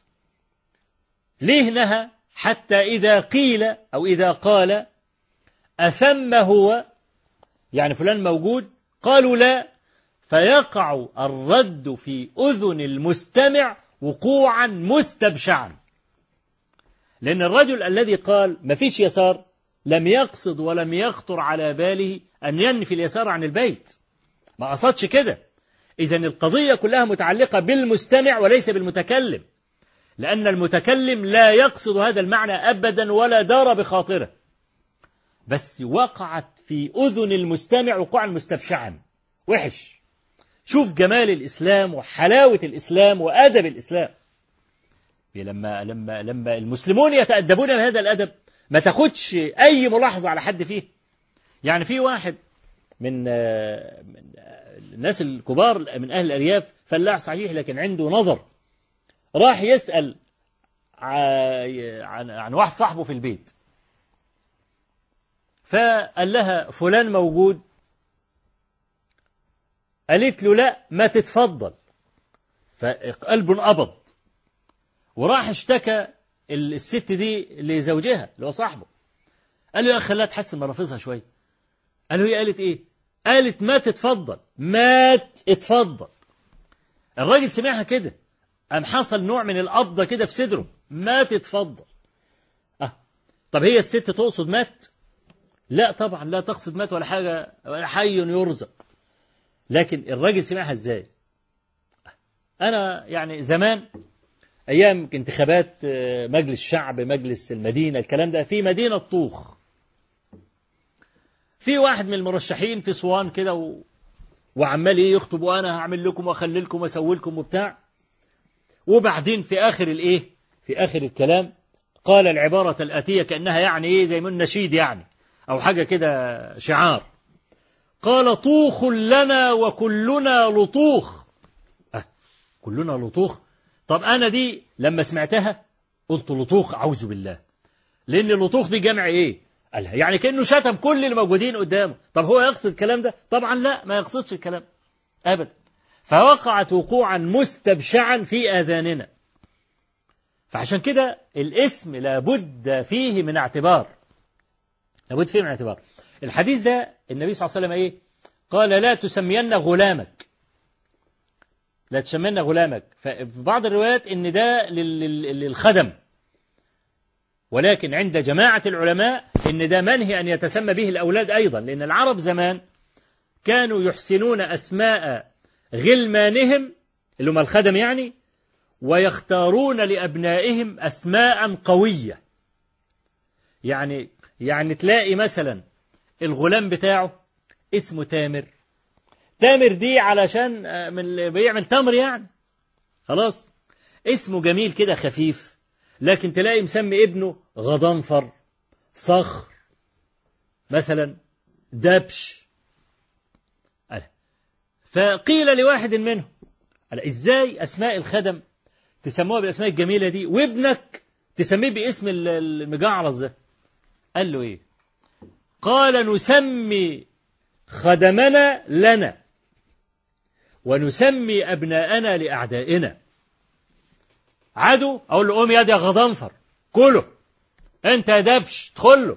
ليه نهى؟ حتى إذا قيل أو إذا قال أثم هو، يعني فلان موجود، قالوا لا، فيقع الرد في أذن المستمع وقوعا مستبشعا. لأن الرجل الذي قال ما فيش يسار لم يقصد ولم يخطر على باله أن ينفي اليسار عن البيت، ما قصدش كده. إذن القضية كلها متعلقة بالمستمع وليس بالمتكلم، لأن المتكلم لا يقصد هذا المعنى أبدا ولا دار بخاطره، بس وقعت في أذن المستمع وقوعا مستبشعا وحش. شوف جمال الإسلام وحلاوة الإسلام وأدب الإسلام. لما المسلمون يتأدبون بهذا الأدب ما تاخدش أي ملاحظة على حد فيه. يعني في واحد من الناس الكبار من أهل الأرياف، فلاح صحيح لكن عنده نظر، راح يسأل عن واحد صاحبه في البيت، فقال لها فلان موجود؟ قالت له لا، ما تتفضل. فقلبه انقبض وراح اشتكى الست دي لزوجها اللي هو صاحبه، قال له يا أخي خليها تحسن مرافظها شوية. قال له هي قالت إيه؟ قالت مات اتفضل، مات اتفضل. الراجل سمعها كده، قام حصل نوع من القبضة كده في صدره، مات اتفضل. طب هي الست تقصد مات؟ لا طبعا لا تقصد مات ولا حاجة، ولا حي يرزق. لكن الراجل سمعها ازاي؟ أنا يعني زمان أيام انتخابات مجلس الشعب، مجلس المدينة، الكلام ده في مدينة طوخ، في واحد من المرشحين في صوان كده وعمال ايه يخطب، وانا هعمل لكم واخلي لكم واسوي لكم وبتاع. وبعدين في اخر الكلام قال العبارة الآتية كأنها يعني ايه زي من نشيد يعني او حاجة كده شعار. قال طوخ لنا وكلنا لطوخ. كلنا لطوخ. طب انا دي لما سمعتها قلت لطوخ اعوذ بالله، لان اللطوخ دي جمع ايه؟ قالها يعني كأنه شتم كل اللي موجودين قدامه. طب هو يقصد الكلام ده؟ طبعا لا، ما يقصدش الكلام أبدا. فوقعت وقوعا مستبشعا في آذاننا. فعشان كده الاسم لابد فيه من اعتبار، لابد فيه من اعتبار. الحديث ده النبي صلى الله عليه وسلم ايه؟ قال لا تسمين غلامك، لا تسمين غلامك. ففي بعض الروايات ان ده للخدم، ولكن عند جماعة العلماء إن ده منهي أن يتسمى به الأولاد أيضا، لأن العرب زمان كانوا يحسنون أسماء غلمانهم اللي هم الخدم يعني، ويختارون لأبنائهم أسماء قوية. يعني تلاقي مثلا الغلام بتاعه اسمه تامر. تامر دي علشان بيعمل تمر يعني، خلاص اسمه جميل كده خفيف. لكن تلاقي مسمي ابنه غضنفر، صخر مثلا، دبش. فقيل لواحد منهم ازاي أسماء الخدم تسموها بالأسماء الجميلة دي وابنك تسميه باسم المجعرص ده؟ قال له ايه؟ قال نسمي خدمنا لنا ونسمي أبناءنا لأعدائنا. عدو أقول له قوم يا غضنفر كله، أنت يا دبش ادخله.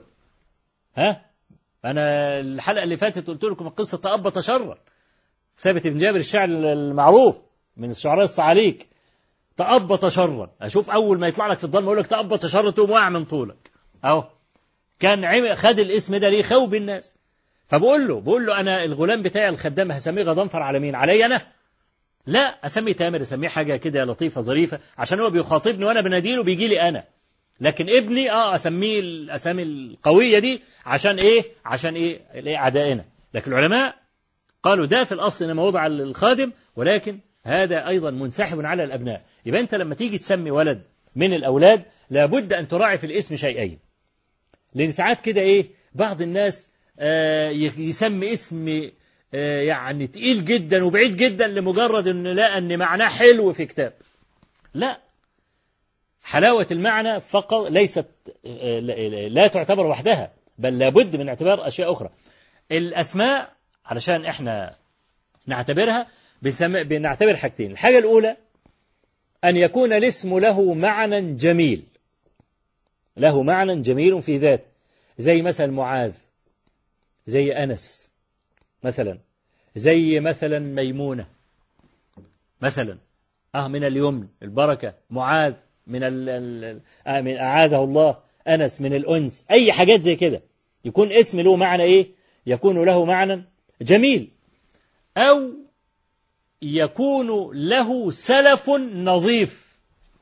أنا الحلقة اللي فاتت قلت لكم قصة تأبط شرا، ثابت بن جابر الشاعر المعروف من الشعراء الصعاليك. تأبط شرا، أشوف أول ما يطلع لك في الظلمة يقول لك تأبط شرا تقوم واقع من طولك. أهو كان خد الاسم ده ليه؟ خوب الناس. فبقول له أنا الغلام بتاعي الخدام هسميه غضنفر على مين؟ علي أنا؟ لا، أسميه تامر، أسميه حاجة كده لطيفة ظريفة عشان هو بيخاطبني وأنا بناديله بيجي لي أنا. لكن ابني أسميه الأسامي القوية دي عشان إيه؟ عشان إيه؟ أعدائنا. لكن العلماء قالوا ده في الأصل إنما وضع الخادم، ولكن هذا أيضا منسحب على الأبناء. يبقى أنت لما تيجي تسمي ولد من الأولاد لابد أن تراعي في الاسم شيئين. لأن ساعات كده إيه؟ بعض الناس يسمي اسم يعني تقيل جدا وبعيد جدا لمجرد أن لا أن معناه حلو في كتاب. لا، حلاوة المعنى فقط ليست لا تعتبر وحدها، بل لابد من اعتبار أشياء أخرى. الأسماء علشان إحنا نعتبرها بنعتبر حاجتين. الحاجة الأولى أن يكون الاسم له معنى جميل، له معنى جميل في ذاته، زي مثلا معاذ، زي أنس مثلا، زي مثلا ميمونة مثلا، من اليمن البركة، معاذ من أعاذه الله، أنس من الأنس، أي حاجات زي كده يكون اسم له معنى إيه؟ يكون له معنى جميل، أو يكون له سلف نظيف.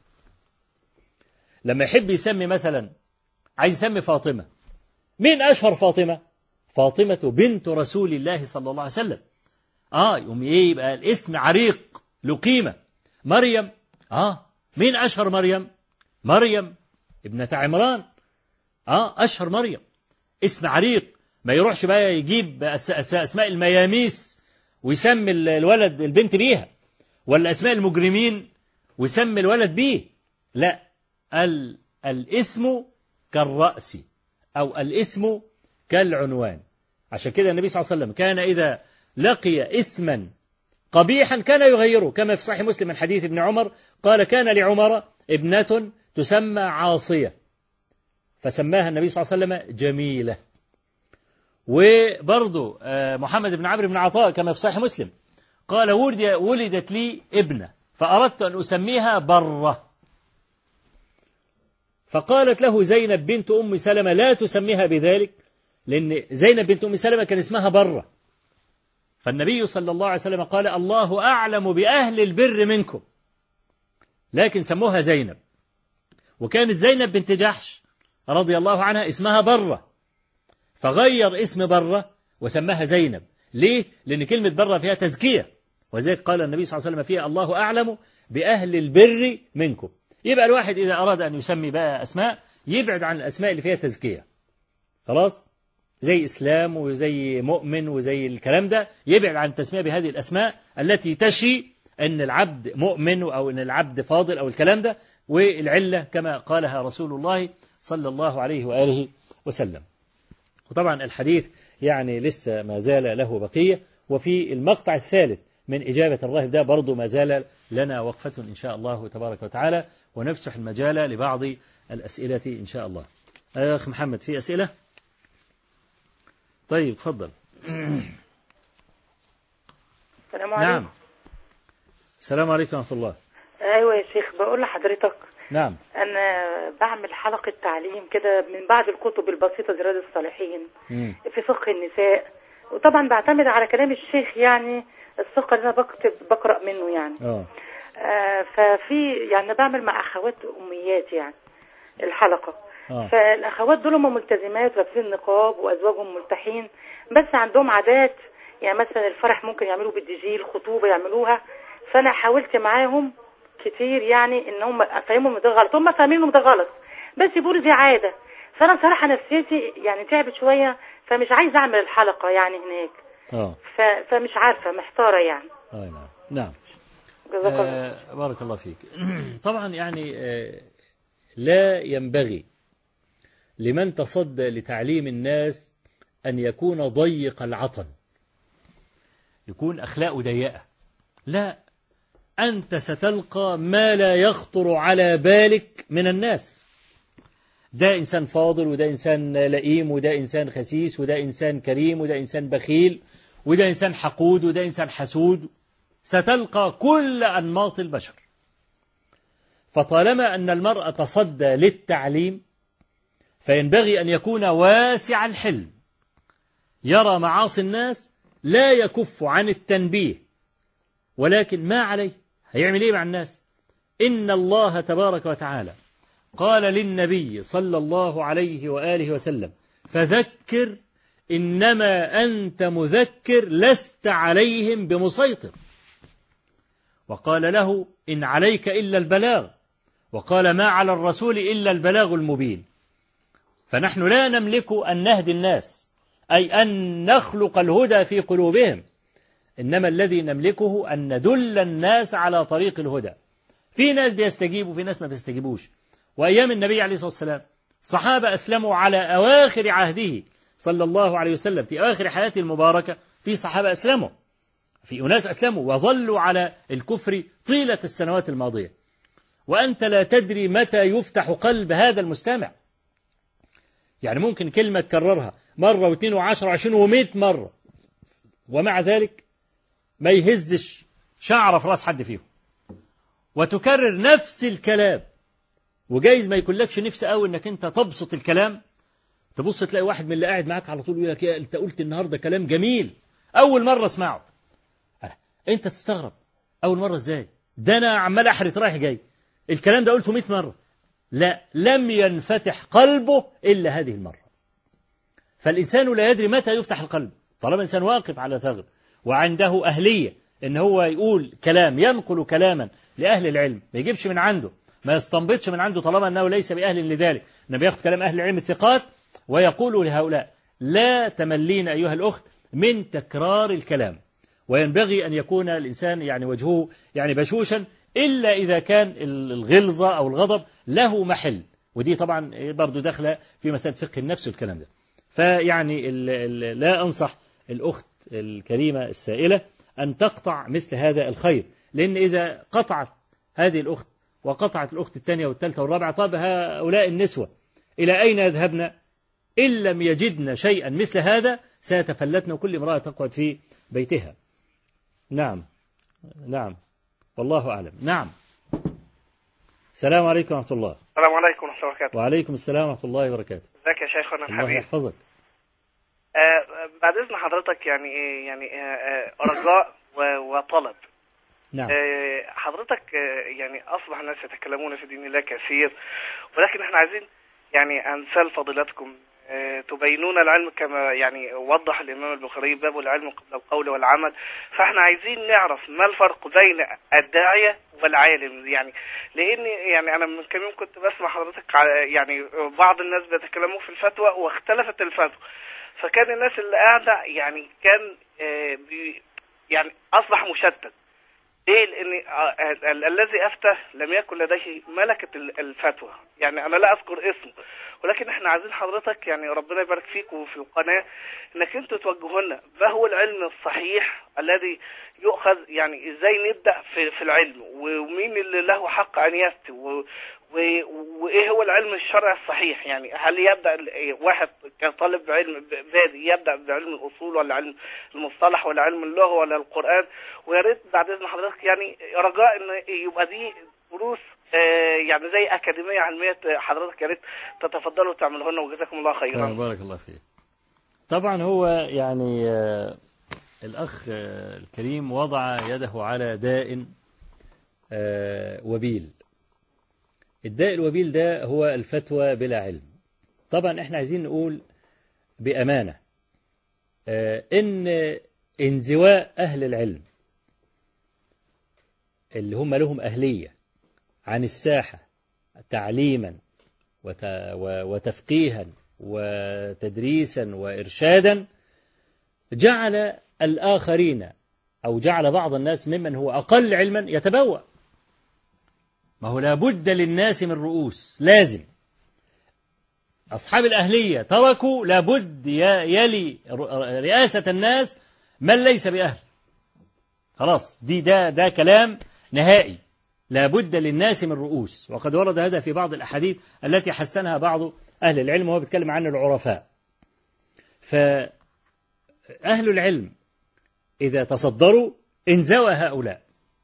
لما يحب يسمي مثلا، عايز يسمي فاطمة، مين أشهر فاطمة؟ فاطمة بنت رسول الله صلى الله عليه وسلم. يقوم إيه؟ يبقى الاسم عريق له قيمة. مريم، مين أشهر مريم؟ مريم ابنة عمران، أشهر مريم، اسم عريق. ما يروحش بقى يجيب أسماء المياميس ويسمي الولد البنت بيها، ولا أسماء المجرمين ويسمي الولد بيه. لا، الاسم كالرأس أو الاسم كالعنوان. عشان كده النبي صلى الله عليه وسلم كان إذا لقي اسما قبيحا كان يغيره، كما في صحيح مسلم من حديث ابن عمر قال كان لعمر ابنة تسمى عاصية فسماها النبي صلى الله عليه وسلم جميلة. وبرضه محمد بن عمرو بن عطاء كما في صحيح مسلم قال ولدت لي ابنة فأردت أن أسميها برة، فقالت له زينب بنت أم سلمة لا تسميها بذلك، لأن زينب بنت أم سلمة كان اسمها برة. فالنبي صلى الله عليه وسلم قال الله أعلم بأهل البر منكم، لكن سموها زينب. وكانت زينب بنت جحش رضي الله عنها اسمها برة، فغير اسم برة وسماها زينب. ليه؟ لأن كلمة برة فيها تزكية، وذلك قال النبي صلى الله عليه وسلم فيها الله أعلم بأهل البر منكم. يبقى الواحد إذا أراد أن يسمي بقى أسماء يبعد عن الأسماء اللي فيها تزكية، خلاص، زي إسلام وزي مؤمن وزي الكلام ده، يبعد عن التسمية بهذه الأسماء التي تشي أن العبد مؤمن أو أن العبد فاضل أو الكلام ده، والعلة كما قالها رسول الله صلى الله عليه وآله وسلم. وطبعا الحديث يعني لسه ما زال له بقية، وفي المقطع الثالث من إجابة الراهب ده برضو ما زال لنا وقفة إن شاء الله تبارك وتعالى، ونفسح المجال لبعض الأسئلة إن شاء الله. أخ محمد في أسئلة؟ طيب تفضل. السلام عليكم. نعم. السلام عليكم ورحمة الله. أيوة يا شيخ، بقول لحضرتك نعم. أنا بعمل حلقة تعليم كده من بعض الكتب البسيطة زي رياض الصالحين في فقه النساء، وطبعا بعتمد على كلام الشيخ، يعني الثقة اللي أنا بقرأ منه يعني. ففي يعني بعمل مع أخوات أميات يعني الحلقة. فالأخوات دول هم ملتزمات ولابسين النقاب وأزواجهم ملتحين، بس عندهم عادات، يعني مثلا الفرح ممكن يعملوا بالدي، الخطوبة يعملوها. فأنا حاولت معاهم كتير يعني إن هم أفهمهم ده غلط، هم فاهمين إنه ده غلط بس يقولوا دي عادة. فأنا صراحة نفسيتي يعني تعبت شوية، فمش عايزة أعمل الحلقة يعني هناك. فمش عارفة، محتارة يعني. نعم. بارك الله فيك. طبعا يعني لا ينبغي لمن تصدى لتعليم الناس أن يكون ضيق العطن، يكون أخلاقه ضيقة. لا، أنت ستلقى ما لا يخطر على بالك من الناس. ده إنسان فاضل، وده إنسان لئيم، وده إنسان خسيس، وده إنسان كريم، وده إنسان بخيل، وده إنسان حقود، وده إنسان حسود. ستلقى كل أنماط البشر. فطالما أن المرء تصدى للتعليم فينبغي أن يكون واسع الحلم، يرى معاصي الناس لا يكف عن التنبيه، ولكن ما عليه هيعمل إيه مع الناس؟ إن الله تبارك وتعالى قال للنبي صلى الله عليه وآله وسلم فذكر إنما أنت مذكر لست عليهم بمسيطر، وقال له إن عليك إلا البلاغ، وقال ما على الرسول إلا البلاغ المبين. فنحن لا نملك أن نهدي الناس، أي أن نخلق الهدى في قلوبهم، إنما الذي نملكه أن ندل الناس على طريق الهدى. في ناس بيستجيبوا، في ناس ما بيستجيبوش. وأيام النبي عليه الصلاة والسلام صحابة أسلموا على أواخر عهده صلى الله عليه وسلم، في آخر حياته المباركة في صحابة أسلموا، في أناس أسلموا وظلوا على الكفر طيلة السنوات الماضية. وأنت لا تدري متى يفتح قلب هذا المستمع. يعني ممكن كلمة تكررها مرة واثنين وعشر وعشرين ومئة مرة، ومع ذلك ما يهزش شعر في راس حد فيهم، وتكرر نفس الكلام. وجايز ما يكون لكش نفس قوي انك انت تبسط الكلام، تبص تلاقي واحد من اللي قاعد معاك على طول يقول لك انت قلت النهارده كلام جميل اول مرة اسمعه. انت تستغرب اول مرة ازاي؟ ده انا عمال احرت رايح جاي، الكلام ده قلته 100 مرة. لا، لم ينفتح قلبه إلا هذه المرة. فالإنسان لا يدري متى يفتح القلب، طالما إنسان واقف على ثغر وعنده أهلية إن هو يقول كلام، ينقل كلاما لأهل العلم، ما يجيبش من عنده، ما يستنبطش من عنده طالما أنه ليس بأهل لذلك، إنما يأخذ كلام أهل العلم الثقات ويقول لهؤلاء. لا تملين أيها الأخت من تكرار الكلام، وينبغي أن يكون الإنسان يعني وجهه يعني بشوشا، إلا إذا كان الغلظة أو الغضب له محل، ودي طبعا برضو داخلة في مسألة فقه النفس والكلام ده. فيعني لا أنصح الأخت الكريمة السائلة أن تقطع مثل هذا الخير، لأن إذا قطعت هذه الأخت وقطعت الأخت الثانية والثالثة والرابعة، طب هؤلاء النسوة إلى أين يذهبن إن لم يجدن شيئا مثل هذا سيتفلتن كل امرأة تقعد في بيتها. نعم والله أعلم. نعم. السلام عليكم ورحمة الله. السلام عليكم ورحمة الله وبركاته. وعليكم السلام ورحمة الله وبركاته. ازيك يا شيخنا الحبيب؟ الله يحفظك. بعد إذن حضرتك يعني رجاء وطلب. نعم. حضرتك يعني أصبح الناس يتكلمون في دين الله كثير، ولكن احنا عايزين يعني أمثال فضيلتكم تبينون العلم كما يعني وضح الإمام البخاري باب العلم قبل القول والعمل. فاحنا عايزين نعرف ما الفرق بين الداعية والعالم، يعني لأن يعني أنا من كم يوم كنت بسمع حضرتك يعني بعض الناس بيتكلموا في الفتوى واختلفت الفتوى، فكان الناس اللي قاعدة يعني كان يعني أصبح مشتت. ليه؟ لأن الذي أفتى لم يكن لديه ملكة الفتوى، يعني أنا لا أذكر اسمه، ولكن احنا عايزين حضرتك يعني ربنا يبارك فيك وفي القناة انك انتوا توجهونا ما هو العلم الصحيح الذي يؤخذ، يعني ازاي نبدأ في العلم، ومين اللي له حق ان يفتي، وايه هو العلم الشرعي الصحيح. يعني هل يبدأ واحد كطالب علم بادئ يبدأ بعلم الأصول ولا علم المصطلح ولا علم اللغة ولا القرآن؟ ويا ريت بعد إذن حضرتك يعني رجاء ان يبقى دي دروس يعني زي أكاديمية علمية حضرتك يا ريت تتفضلوا تعملوها لنا، وجزاكم الله خيرا. بارك الله فيك. طبعا هو يعني الأخ الكريم وضع يده على داء وبيل. الداء الوبيل ده هو الفتوى بلا علم. طبعا احنا عايزين نقول بأمانة إن انزواء أهل العلم اللي هم لهم أهلية عن الساحة تعليما وتفقيها وتدريسا وإرشادا جعل الآخرين أو جعل بعض الناس ممن هو أقل علما يتبوأ. ما هو لابد للناس من رؤوس، لازم أصحاب الأهلية تركوا لابد يلي رئاسة الناس من ليس بأهل. خلاص ده كلام نهائي. لابد للناس من رؤوس، وقد ورد هذا في بعض الأحاديث التي حسنها بعض أهل العلم وهو بيتكلم عن العرفاء. فأهل العلم إذا تصدروا انزوى هؤلاء.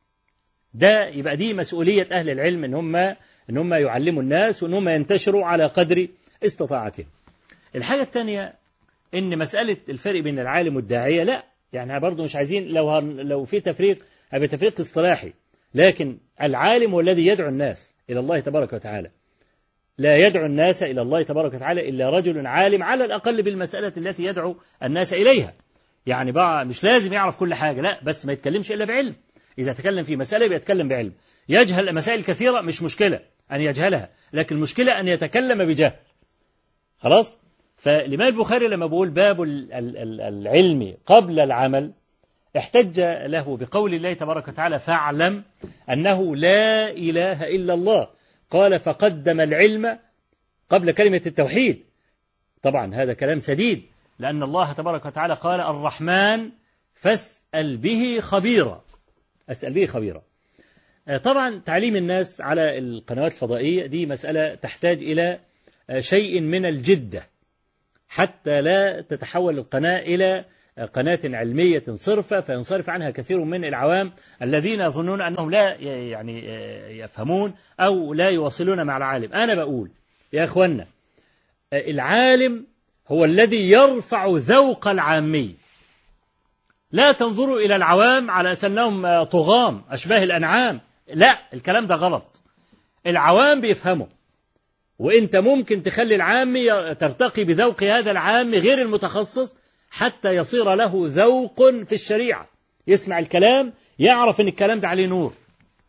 ده يبقى دي مسؤولية أهل العلم إن هم يعلموا الناس وإن هم ينتشروا على قدر استطاعتهم. الحاجة الثانية إن مسألة الفرق بين العالم والداعية لا، يعني برضو مش عايزين لو في تفريق هيبقى تفريق اصطلاحي، لكن العالم هو الذي يدعو الناس إلى الله تبارك وتعالى. لا يدعو الناس إلى الله تبارك وتعالى إلا رجل عالم على الأقل بالمسألة التي يدعو الناس إليها. يعني بقى مش لازم يعرف كل حاجة، لا، بس ما يتكلمش إلا بعلم. إذا تكلم في مسألة بيتكلم بعلم. يجهل مسائل كثيرة مش مشكلة أن يجهلها، لكن المشكلة أن يتكلم بجهل. خلاص. فالإمام البخاري لما بقول باب العلم قبل العمل احتج له بقول الله تبارك وتعالى فاعلم أنه لا إله إلا الله، قال فقدم العلم قبل كلمة التوحيد. طبعا هذا كلام سديد، لأن الله تبارك وتعالى قال الرحمن فاسأل به خبيرا، أسأل به خبيرا. طبعا تعليم الناس على القنوات الفضائية دي مسألة تحتاج إلى شيء من الجدة حتى لا تتحول القناة إلى قناة علمية صرفة فينصرف عنها كثير من العوام الذين يظنون أنهم لا يعني يفهمون أو لا يواصلون مع العالم. أنا بقول يا أخوانا، العالم هو الذي يرفع ذوق العامي. لا تنظروا إلى العوام على أنهم طغام أشباه الأنعام، لا، الكلام ده غلط. العوام بيفهموا، وإنت ممكن تخلي العامي ترتقي بذوق هذا العامي غير المتخصص حتى يصير له ذوق في الشريعة، يسمع الكلام يعرف أن الكلام ده عليه نور.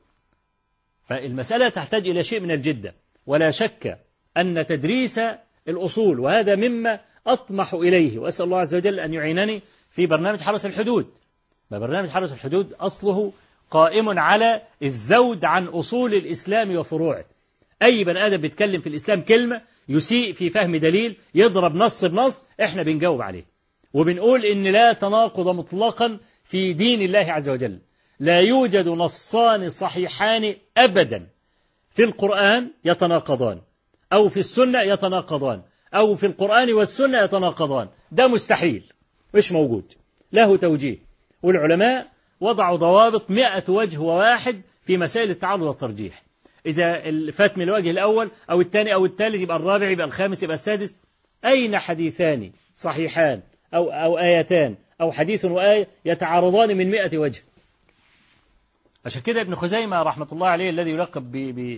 فالمسألة تحتاج إلى شيء من الجدة، ولا شك أن تدريس الأصول، وهذا مما أطمح إليه، وأسأل الله عز وجل أن يعينني في برنامج حرس الحدود. برنامج حرس الحدود أصله قائم على الذود عن أصول الإسلام وفروعه. أي بني آدم بيتكلم في الإسلام كلمة يسيء في فهم دليل، يضرب نص بنص، إحنا بنجاوب عليه وبنقول إن لا تناقض مطلقا في دين الله عز وجل. لا يوجد نصان صحيحان أبدا في القرآن يتناقضان، أو في السنة يتناقضان، أو في القرآن والسنة يتناقضان، ده مستحيل، مش موجود، له توجيه. والعلماء وضعوا ضوابط 100 وجه وواحد في مسائل التعارض والترجيح. إذا فات من الوجه الأول أو الثاني أو الثالث يبقى الرابع، يبقى الخامس، يبقى السادس. أين حديثان صحيحان أو آيتان أو حديث وآية يتعارضان من 100 وجه؟ عشان كده ابن خزيمة رحمة الله عليه الذي يلقب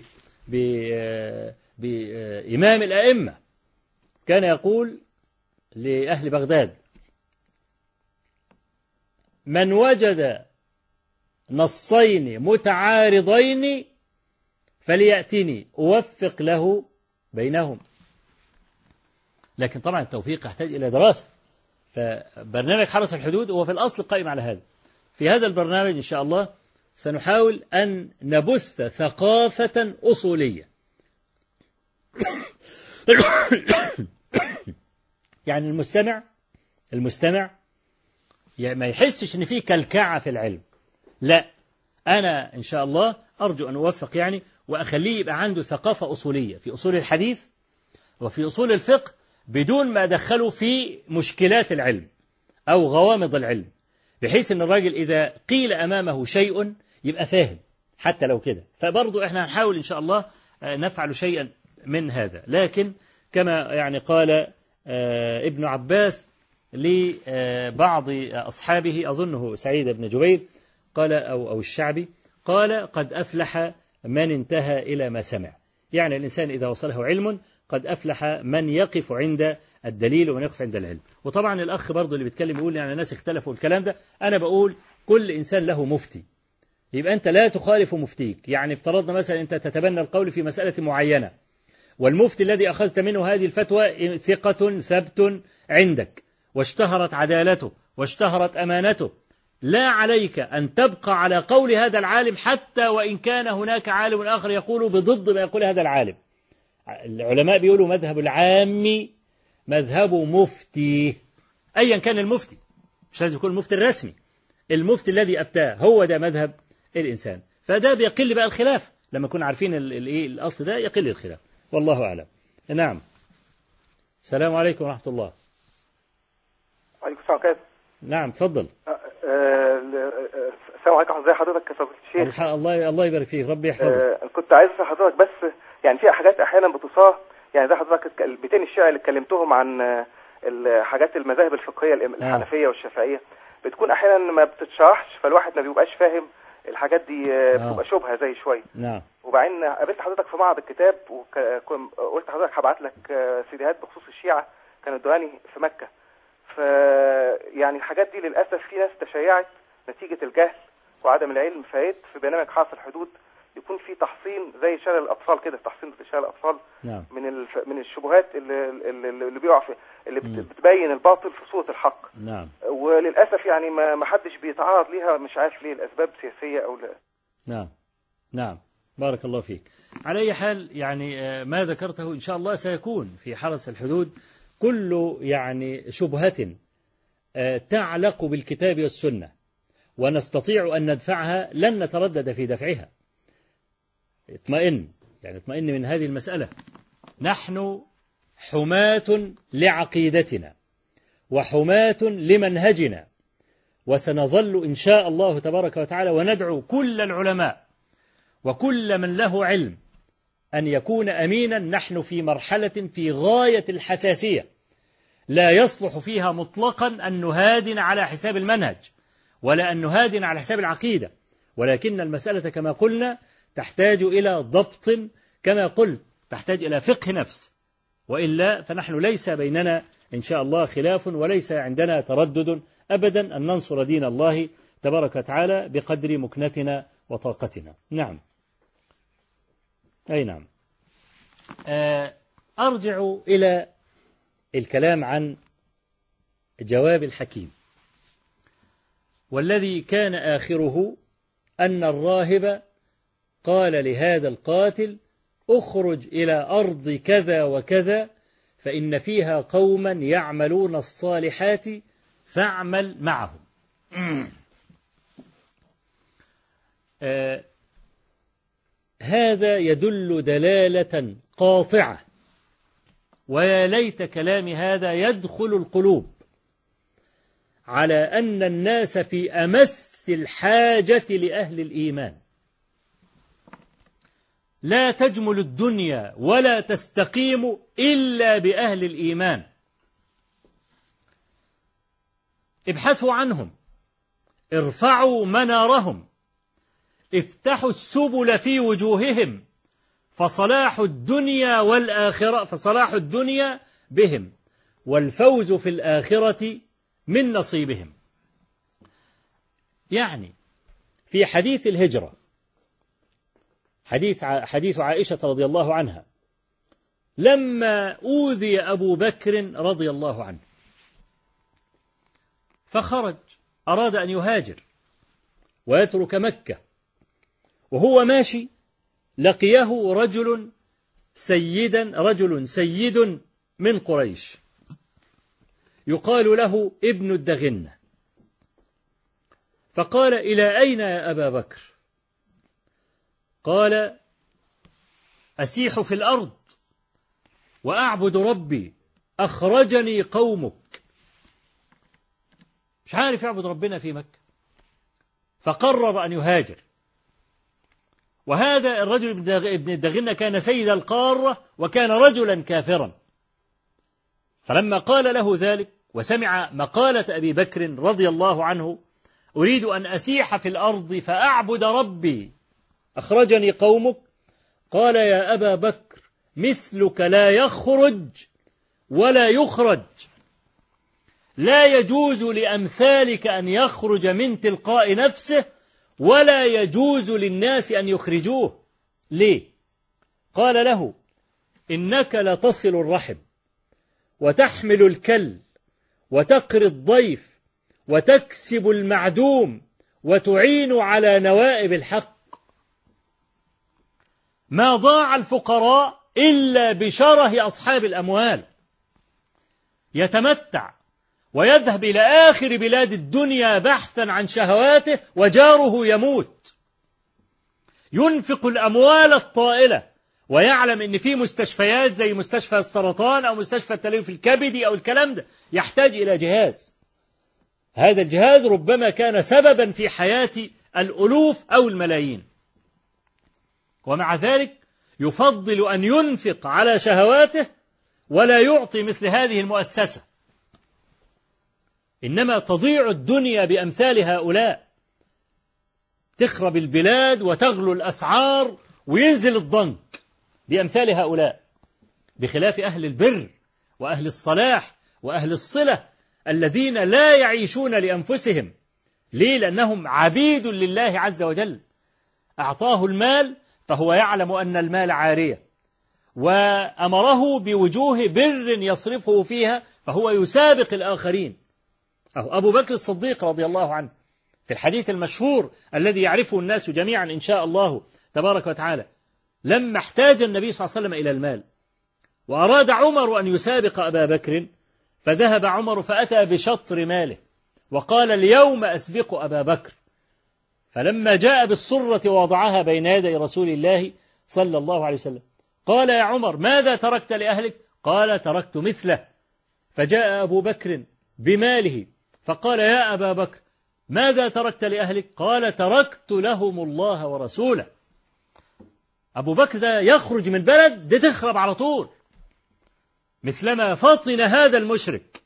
بإمام الأئمة كان يقول لأهل بغداد: من وجد نصين متعارضين فليأتني أوفق له بينهم. لكن طبعا التوفيق يحتاج إلى دراسة، فبرنامج حرس الحدود هو في الأصل قائم على هذا. في هذا البرنامج إن شاء الله سنحاول أن نبث ثقافة أصولية يعني المستمع ما يحسش ان فيه كلكعة في العلم، لا، أنا إن شاء الله أرجو أن أوفق يعني وأخليه يبقى عنده ثقافة أصولية في أصول الحديث وفي أصول الفقه، بدون ما أدخله في مشكلات العلم أو غوامض العلم، بحيث أن الراجل إذا قيل أمامه شيء يبقى فاهم حتى لو كده. فبرضو إحنا هنحاول إن شاء الله نفعل شيئا من هذا. لكن كما يعني قال ابن عباس لبعض أصحابه، أظنه سعيد بن جبير، قال أو الشعبي، قال: قد أفلح من انتهى إلى ما سمع. يعني الإنسان إذا وصله علم قد أفلح من يقف عند الدليل ومن يقف عند العلم. وطبعا الأخ برضو اللي بيتكلم يقول يعني الناس اختلفوا الكلام ده، أنا بقول كل إنسان له مفتي، يبقى أنت لا تخالف مفتيك. يعني افترضنا مثلا أنت تتبنى القول في مسألة معينة، والمفتي الذي أخذت منه هذه الفتوى ثقة ثبت عندك واشتهرت عدالته واشتهرت أمانته، لا عليك أن تبقى على قول هذا العالم حتى وإن كان هناك عالم آخر يقول بضد ما يقول هذا العالم. العلماء بيقولوا مذهب العام مذهب مفتي، أيا كان المفتي، مش لازم يكون المفتي الرسمي، المفتي الذي أفتاه هو ده مذهب الإنسان. فده بيقل بقى الخلاف لما كنا عارفين الأصل ده، يقل الخلاف، والله أعلم. نعم. السلام عليكم ورحمة الله. وعليكم السلام ورحمة الله. نعم تفضل. السلام عليكم، ازي حضرتك يا فضيلة الشيخ؟ الله يبارك فيك، ربي يحفظك. كنت عايز اسال حضرتك بس، يعني في حاجات احيانا بتصاه، يعني زي حضرتك البيتين الشعر اللي اتكلمتهم عن الحاجات المذاهب الفقهيه الحنفيه والشافعيه، بتكون احيانا ما بتتشرحش، فالواحد ما بيبقاش فاهم الحاجات دي، بتبقى شبهه زي شويه. نعم. وبعدين قابلت حضرتك في معرض الكتاب وقلت حضرتك هبعت لك سيديهات بخصوص الشيعه كانوا ادواني في مكه، يعني الحاجات دي للاسف في ناس تشيعت نتيجه الجهل وعدم العلم. فايت في برنامج حرس الحدود يكون في تحصين زي شلل الاطفال كده، تحصين شلل الاطفال. نعم. من الشبهات اللي بيقع في، اللي بتبين الباطل في صورة الحق. نعم. وللاسف يعني ما حدش بيتعرض ليها، مش عارف ليه، الاسباب سياسية او لا. نعم بارك الله فيك. على اي حال يعني ما ذكرته ان شاء الله سيكون في حرس الحدود كل يعني شبهة تعلق بالكتاب والسنة ونستطيع أن ندفعها، لن نتردد في دفعها. اطمئن من هذه المسألة. نحن حماة لعقيدتنا وحماة لمنهجنا، وسنظل إن شاء الله تبارك وتعالى وندعو كل العلماء وكل من له علم أن يكون أمينا. نحن في مرحلة في غاية الحساسية، لا يصلح فيها مطلقا أن نهادن على حساب المنهج ولا أن نهادن على حساب العقيدة، ولكن المسألة كما قلنا تحتاج إلى ضبط، كما قلت تحتاج إلى فقه نفس، وإلا فنحن ليس بيننا إن شاء الله خلاف، وليس عندنا تردد أبدا أن ننصر دين الله تبارك وتعالى بقدر مكنتنا وطاقتنا. نعم. أي نعم. أرجع إلى الكلام عن جواب الحكيم، والذي كان آخره أن الراهب قال لهذا القاتل: اخرج إلى أرض كذا وكذا فإن فيها قوما يعملون الصالحات فاعمل معهم. هذا يدل دلالة قاطعة ويا ليت كلامي هذا يدخل القلوب، على أن الناس في أمس الحاجة لأهل الإيمان. لا تجمل الدنيا ولا تستقيم إلا بأهل الإيمان. ابحثوا عنهم، ارفعوا منارهم، افتحوا السبل في وجوههم، فصلاح الدنيا والآخرة، فصلاح الدنيا بهم، والفوز في الآخرة من نصيبهم. يعني في حديث الهجرة، حديث عائشة رضي الله عنها، لما أوذي أبو بكر رضي الله عنه فخرج، أراد أن يهاجر ويترك مكة، وهو ماشي لقيه رجل سيد من قريش يقال له ابن الدغنة، فقال: إلى أين يا أبا بكر؟ قال: أسيح في الأرض وأعبد ربي، أخرجني قومك. مش عارف يعبد ربنا في مكة، فقرر أن يهاجر. وهذا الرجل ابن الدغنة كان سيد القارة وكان رجلا كافرا، فلما قال له ذلك وسمع مقالة أبي بكر رضي الله عنه: أريد أن أسيح في الأرض فأعبد ربي، أخرجني قومك، قال: يا أبا بكر، مثلك لا يخرج ولا يخرج، لا يجوز لأمثالك أن يخرج من تلقاء نفسه، ولا يجوز للناس أن يخرجوه. ليه؟ قال له: إنك لتصل الرحم، وتحمل الكل، وتقري الضيف، وتكسب المعدوم، وتعين على نوائب الحق. ما ضاع الفقراء إلا بشره أصحاب الأموال، يتمتع ويذهب إلى آخر بلاد الدنيا بحثا عن شهواته وجاره يموت، ينفق الأموال الطائلة ويعلم أن في مستشفيات زي مستشفى السرطان أو مستشفى التليف الكبدي أو الكلام ده يحتاج إلى جهاز، هذا الجهاز ربما كان سببا في حياة الألوف أو الملايين، ومع ذلك يفضل أن ينفق على شهواته ولا يعطي مثل هذه المؤسسة. إنما تضيع الدنيا بأمثال هؤلاء، تخرب البلاد وتغلو الأسعار وينزل الضنك بأمثال هؤلاء، بخلاف أهل البر وأهل الصلاح وأهل الصلة الذين لا يعيشون لأنفسهم. ليه؟ لأنهم عبيد لله عز وجل، أعطاه المال فهو يعلم أن المال عارية، وأمره بوجوه بر يصرفه فيها، فهو يسابق الآخرين. أبو بكر الصديق رضي الله عنه في الحديث المشهور الذي يعرفه الناس جميعا إن شاء الله تبارك وتعالى، لما احتاج النبي صلى الله عليه وسلم إلى المال وأراد عمر أن يسابق أبا بكر، فذهب عمر فأتى بشطر ماله وقال: اليوم أسبق أبا بكر. فلما جاء بالصرة ووضعها بين يدي رسول الله صلى الله عليه وسلم قال: يا عمر، ماذا تركت لأهلك؟ قال: تركت مثله. فجاء أبو بكر بماله فقال: يا أبا بكر، ماذا تركت لأهلك؟ قال: تركت لهم الله ورسوله. أبو بكر ده يخرج من بلد ده تخرب على طول، مثلما فطن هذا المشرك.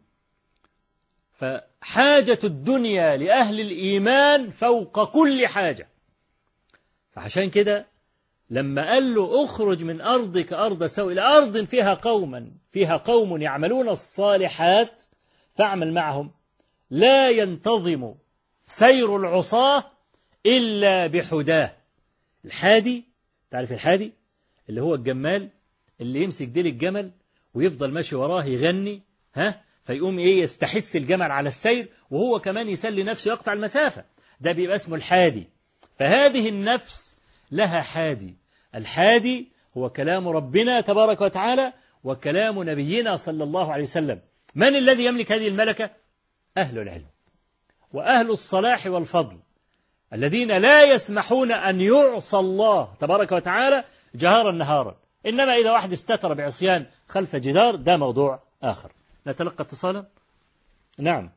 فحاجة الدنيا لأهل الإيمان فوق كل حاجة. فعشان كده لما قال له: اخرج من أرضك أرض سوء، إلى أرض فيها قوم يعملون الصالحات فاعمل معهم، لا ينتظم سير العصاة إلا بحداه. الحادي، تعرف الحادي اللي هو الجمال اللي يمسك ديل الجمل ويفضل ماشي وراه يغني، فيقوم يستحث الجمل على السير وهو كمان يسلي نفسه يقطع المسافة، ده بيبقى اسمه الحادي. فهذه النفس لها حادي، الحادي هو كلام ربنا تبارك وتعالى وكلام نبينا صلى الله عليه وسلم. من الذي يملك هذه الملكة؟ أهل العلم وأهل الصلاح والفضل، الذين لا يسمحون أن يعصى الله تبارك وتعالى جهارا نهارا. إنما إذا واحد استتر بعصيان خلف جدار ده موضوع آخر. نتلقى اتصالا. نعم.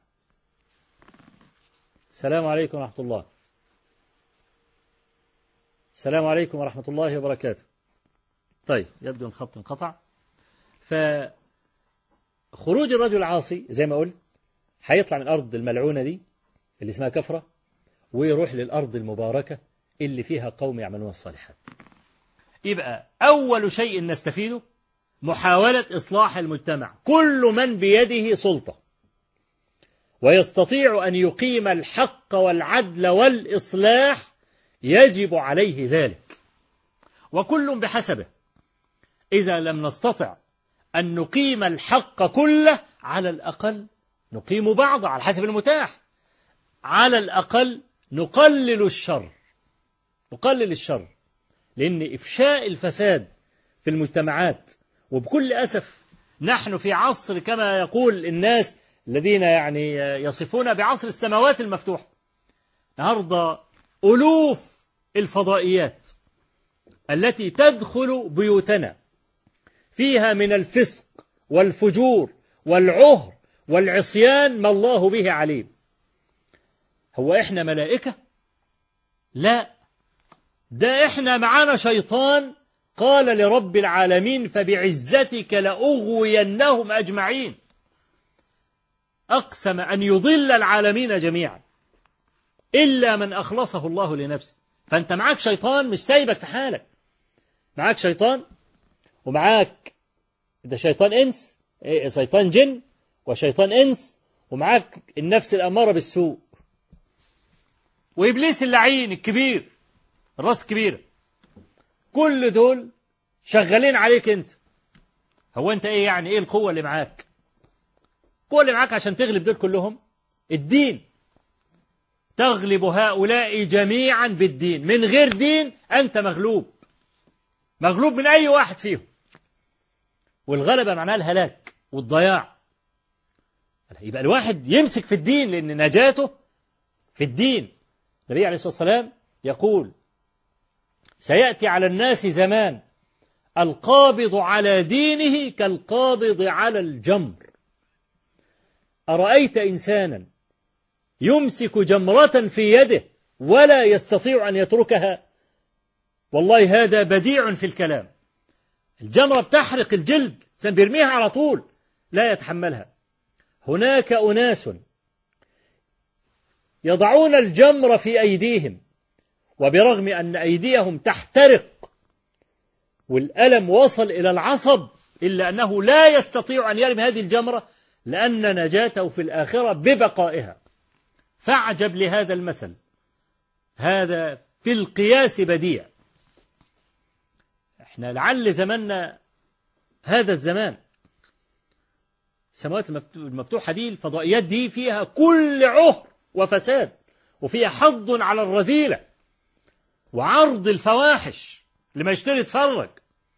السلام عليكم ورحمة الله. السلام عليكم ورحمة الله وبركاته. طيب يبدو الخط انقطع. فخروج الرجل العاصي زي ما قلت هيطلع من الأرض الملعونة دي اللي اسمها كفرة ويروح للأرض المباركة اللي فيها قوم يعملون الصالحات. يبقى أول شيء نستفيده محاولة إصلاح المجتمع. كل من بيده سلطة ويستطيع أن يقيم الحق والعدل والإصلاح يجب عليه ذلك، وكل بحسبه. إذا لم نستطع أن نقيم الحق كله على الأقل نقيم بعضه على حسب المتاح، على الأقل نقلل الشر، لأن إفشاء الفساد في المجتمعات، وبكل أسف نحن في عصر كما يقول الناس الذين يعني يصفون بعصر السماوات المفتوحة. النهارده ألوف الفضائيات التي تدخل بيوتنا فيها من الفسق والفجور والعهر والعصيان ما الله به عليم. هو إحنا ملائكة؟ لا، ده إحنا معانا شيطان قال لرب العالمين فبعزتك لأغوينهم أجمعين، أقسم أن يضل العالمين جميعا إلا من أخلصه الله لنفسه. فأنت معاك شيطان مش سايبك في حالك، معاك شيطان ومعاك ده شيطان إنس، شيطان جن وشيطان إنس، ومعاك النفس الأمارة بالسوء وإبليس اللعين الكبير الراس كبيرة. كل دول شغالين عليك أنت. هو أنت إيه يعني؟ إيه القوة اللي معاك؟ القوة اللي معاك عشان تغلب دول كلهم الدين. تغلب هؤلاء جميعا بالدين. من غير دين أنت مغلوب من أي واحد فيهم، والغلبة معناها الهلاك والضياع. يبقى الواحد يمسك في الدين لأن نجاته في الدين. النبي عليه الصلاة والسلام يقول سيأتي على الناس زمان القابض على دينه كالقابض على الجمر. أرأيت إنسانا يمسك جمرة في يده ولا يستطيع أن يتركها؟ والله هذا بديع في الكلام. الجمرة بتحرق الجلد، إنسان بيرميها على طول لا يتحملها. هناك أناس يضعون الجمر في أيديهم وبرغم أن أيديهم تحترق والألم وصل إلى العصب إلا أنه لا يستطيع أن يرمي هذه الجمرة لأن نجاته في الآخرة ببقائها. فاعجب لهذا المثل، هذا في القياس بديع. احنا لعل زماننا هذا الزمان. السماوات المفتوحة دي الفضائيات دي فيها كل عهر وفساد، وفيها حض على الرذيلة وعرض الفواحش لما يشتري يتفرج.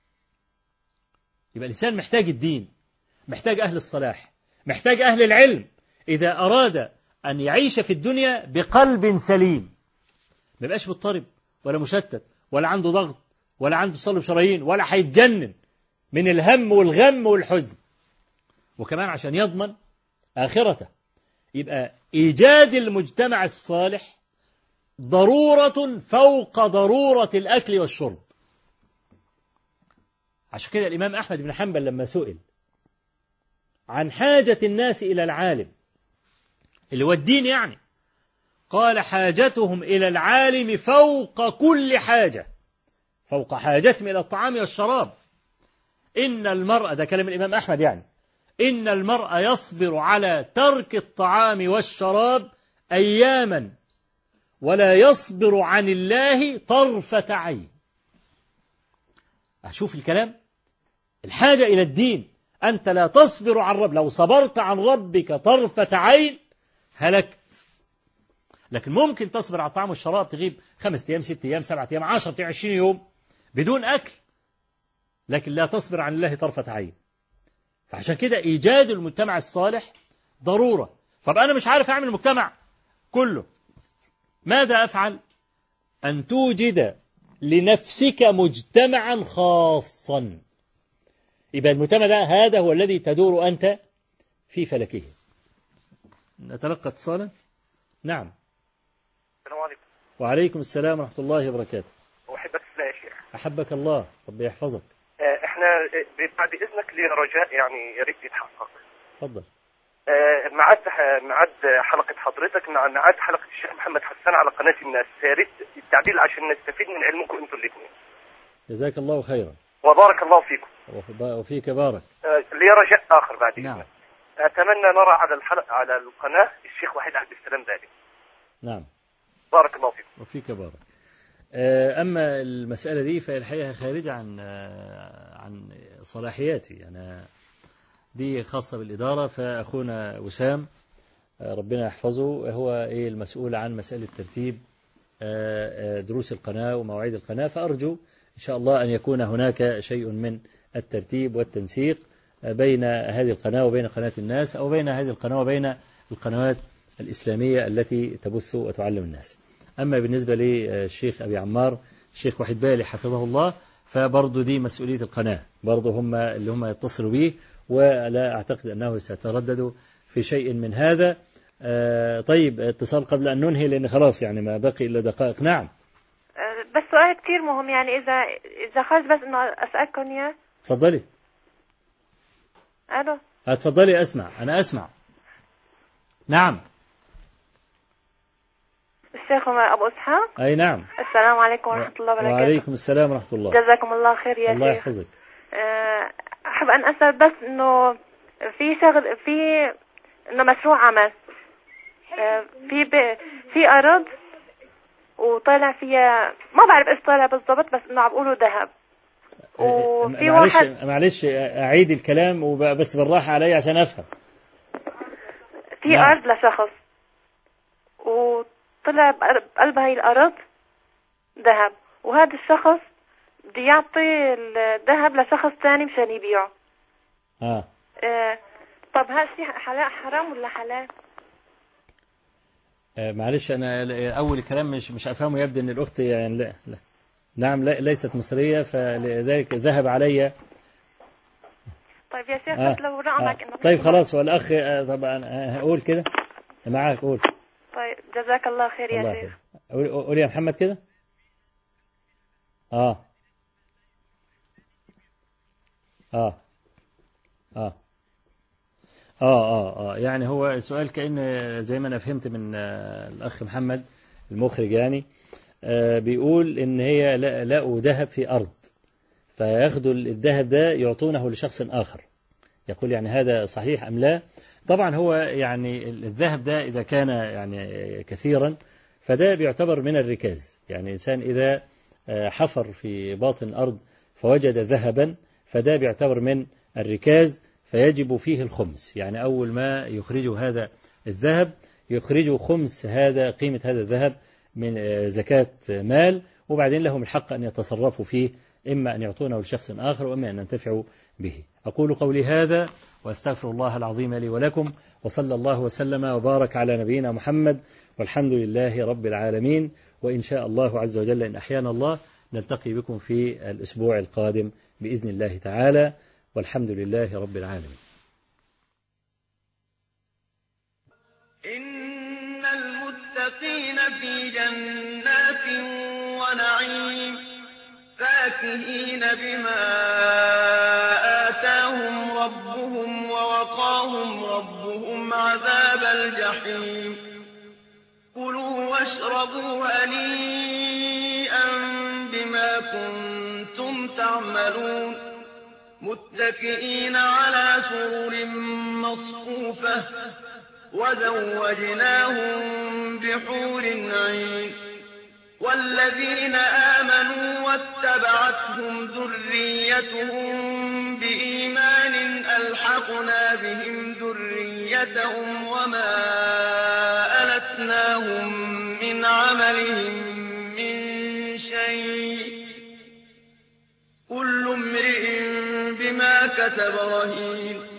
يبقى الإنسان محتاج الدين، محتاج أهل الصلاح، محتاج أهل العلم إذا أراد أن يعيش في الدنيا بقلب سليم، ما يبقاش مضطرب ولا مشتت ولا عنده ضغط ولا عنده صلب شرايين ولا هيتجنن من الهم والغم والحزن. وكمان عشان يضمن آخرته يبقى إيجاد المجتمع الصالح ضرورة فوق ضرورة الأكل والشرب. عشان كده الإمام أحمد بن حنبل لما سئل عن حاجة الناس إلى العالم اللي هو الدين يعني، قال حاجتهم إلى العالم فوق كل حاجة، فوق حاجتهم إلى الطعام والشراب. إن المرء، ده كلام الإمام أحمد يعني، إن المرء يصبر على ترك الطعام والشراب أياما ولا يصبر عن الله طرفة عين. أشوف الكلام، الحاجة إلى الدين. أنت لا تصبر عن رب، لو صبرت عن ربك طرفة عين هلكت. لكن ممكن تصبر على الطعام والشراب، تغيب 5 أيام 6 أيام 7 أيام 10 أيام 20 يوم بدون أكل، لكن لا تصبر عن الله طرفة عين. فعشان كده إيجاد المجتمع الصالح ضرورة. طب أنا مش عارف أعمل المجتمع كله، ماذا أفعل؟ أن توجد لنفسك مجتمعا خاصا. يبقى المجتمع ده هذا هو الذي تدور أنت في فلكه. نتلقى اتصالا. نعم. السلام عليكم. وعليكم السلام ورحمة الله وبركاته. أحبك الله يا شيخ. أحبك الله، ربي يحفظك. احنا بعد إذنك لي رجاء يعني يا ريت يتحقق. تفضل. ميعاد حلقة حضرتك مع ميعاد حلقة الشيخ محمد حسان على قناة الناس، يا ريت التعديل عشان نستفيد من علمكم انتم الاثنين. جزاك الله خيرا. وبارك الله فيكم. وفيك بارك. لي رجاء آخر بعد إذنك. نعم. أتمنى نرى على الحلقة على القناة الشيخ وحيد عبد السلام بالي. نعم. بارك الله فيكم. وفيك بارك. أما المسألة دي فالحقيقة خارجة عن صلاحياتي أنا، دي خاصة بالإدارة. فأخونا وسام ربنا يحفظه هو المسؤول عن مسألة ترتيب دروس القناة ومواعيد القناة، فأرجو إن شاء الله أن يكون هناك شيء من الترتيب والتنسيق بين هذه القناة وبين قناة الناس، أو بين هذه القناة وبين القنوات الإسلامية التي تبث وتعلم الناس. أما بالنسبة للشيخ أبي عمار الشيخ وحيد بالي حفظه الله، فبرضو دي مسؤولية القناة، برضو هم اللي هم يتصلوا به، ولا أعتقد أنه سيترددوا في شيء من هذا. طيب اتصال قبل أن ننهي لأن خلاص يعني ما بقي إلا دقائق. نعم. بس سؤال كتير مهم، يعني إذا خرج بس إنه أسألكم إياه. تفضلي. ألو. تفضلي أسمع، أنا أسمع. نعم. الشيخ أبو إسحاق. أي نعم. السلام عليكم ورحمة الله وبركاته. وعليكم السلام ورحمة الله. جزاكم الله خير يا شيخ. الله يحفظك. أحب أن أسأل بس إنه في إنه مشروع عمل في أرض وطلع فيها، ما بعرف إيش طلع بالضبط، بس إنه عم بقولوا ذهب. وفي معلش أعيد الكلام وبس بالراحة علي عشان أفهم. في أرض لشخص وطلع بقلب هاي الأرض ذهب، وهذا الشخص بده يعطي الذهب لشخص ثاني مشان يبيعه. طب هذا الشيء حرام ولا حلال؟ معلش أنا أول الكلام مش أفهمه، يبدو أن الأخت يعني لا. نعم ليست مصرية، فلذلك ذهب علي. طيب يا شيخ بس لو رأمك إنه طيب خلاص، والأخ طبعا أقول كده معاك، قول. طيب جزاك الله خير يا شيخ. قول يا محمد كده. يعني هو سؤال كأن زي ما أنا فهمت من الأخ محمد المخرج، يعني بيقول إن هي لقوا ذهب في أرض، فياخدوا الذهب ده يعطونه لشخص آخر. يقول يعني هذا صحيح أم لا؟ طبعا هو يعني الذهب ده إذا كان يعني كثيرا فده بيعتبر من الركاز. يعني إنسان إذا حفر في باطن الأرض فوجد ذهبا فده بيعتبر من الركاز، فيجب فيه الخمس. يعني أول ما يخرجوا هذا الذهب يخرجوا خمس هذا قيمة هذا الذهب من زكاة مال، وبعدين لهم الحق أن يتصرفوا فيه، إما أن يعطونه لشخص آخر وإما أن ينتفعوا به. أقول قولي هذا وأستغفر الله العظيم لي ولكم، وصلى الله وسلم وبارك على نبينا محمد، والحمد لله رب العالمين. وإن شاء الله عز وجل إن أحيانا الله نلتقي بكم في الأسبوع القادم بإذن الله تعالى، والحمد لله رب العالمين. إن المتقين في جنات ونعيم فاكهين بما آتاهم ربهم ووقاهم ربهم عذاب الجحيم. كلوا واشربوا هنيئا بما كنتم تعملون متكئين على سرر مصفوفة وزوجناهم بحور عين. والذين آمنوا واتبعتهم ذريتهم بإيمان ألحقنا بهم ذريتهم وما ألتناهم من عملهم من شيء كل امرئ بما كسب رهين.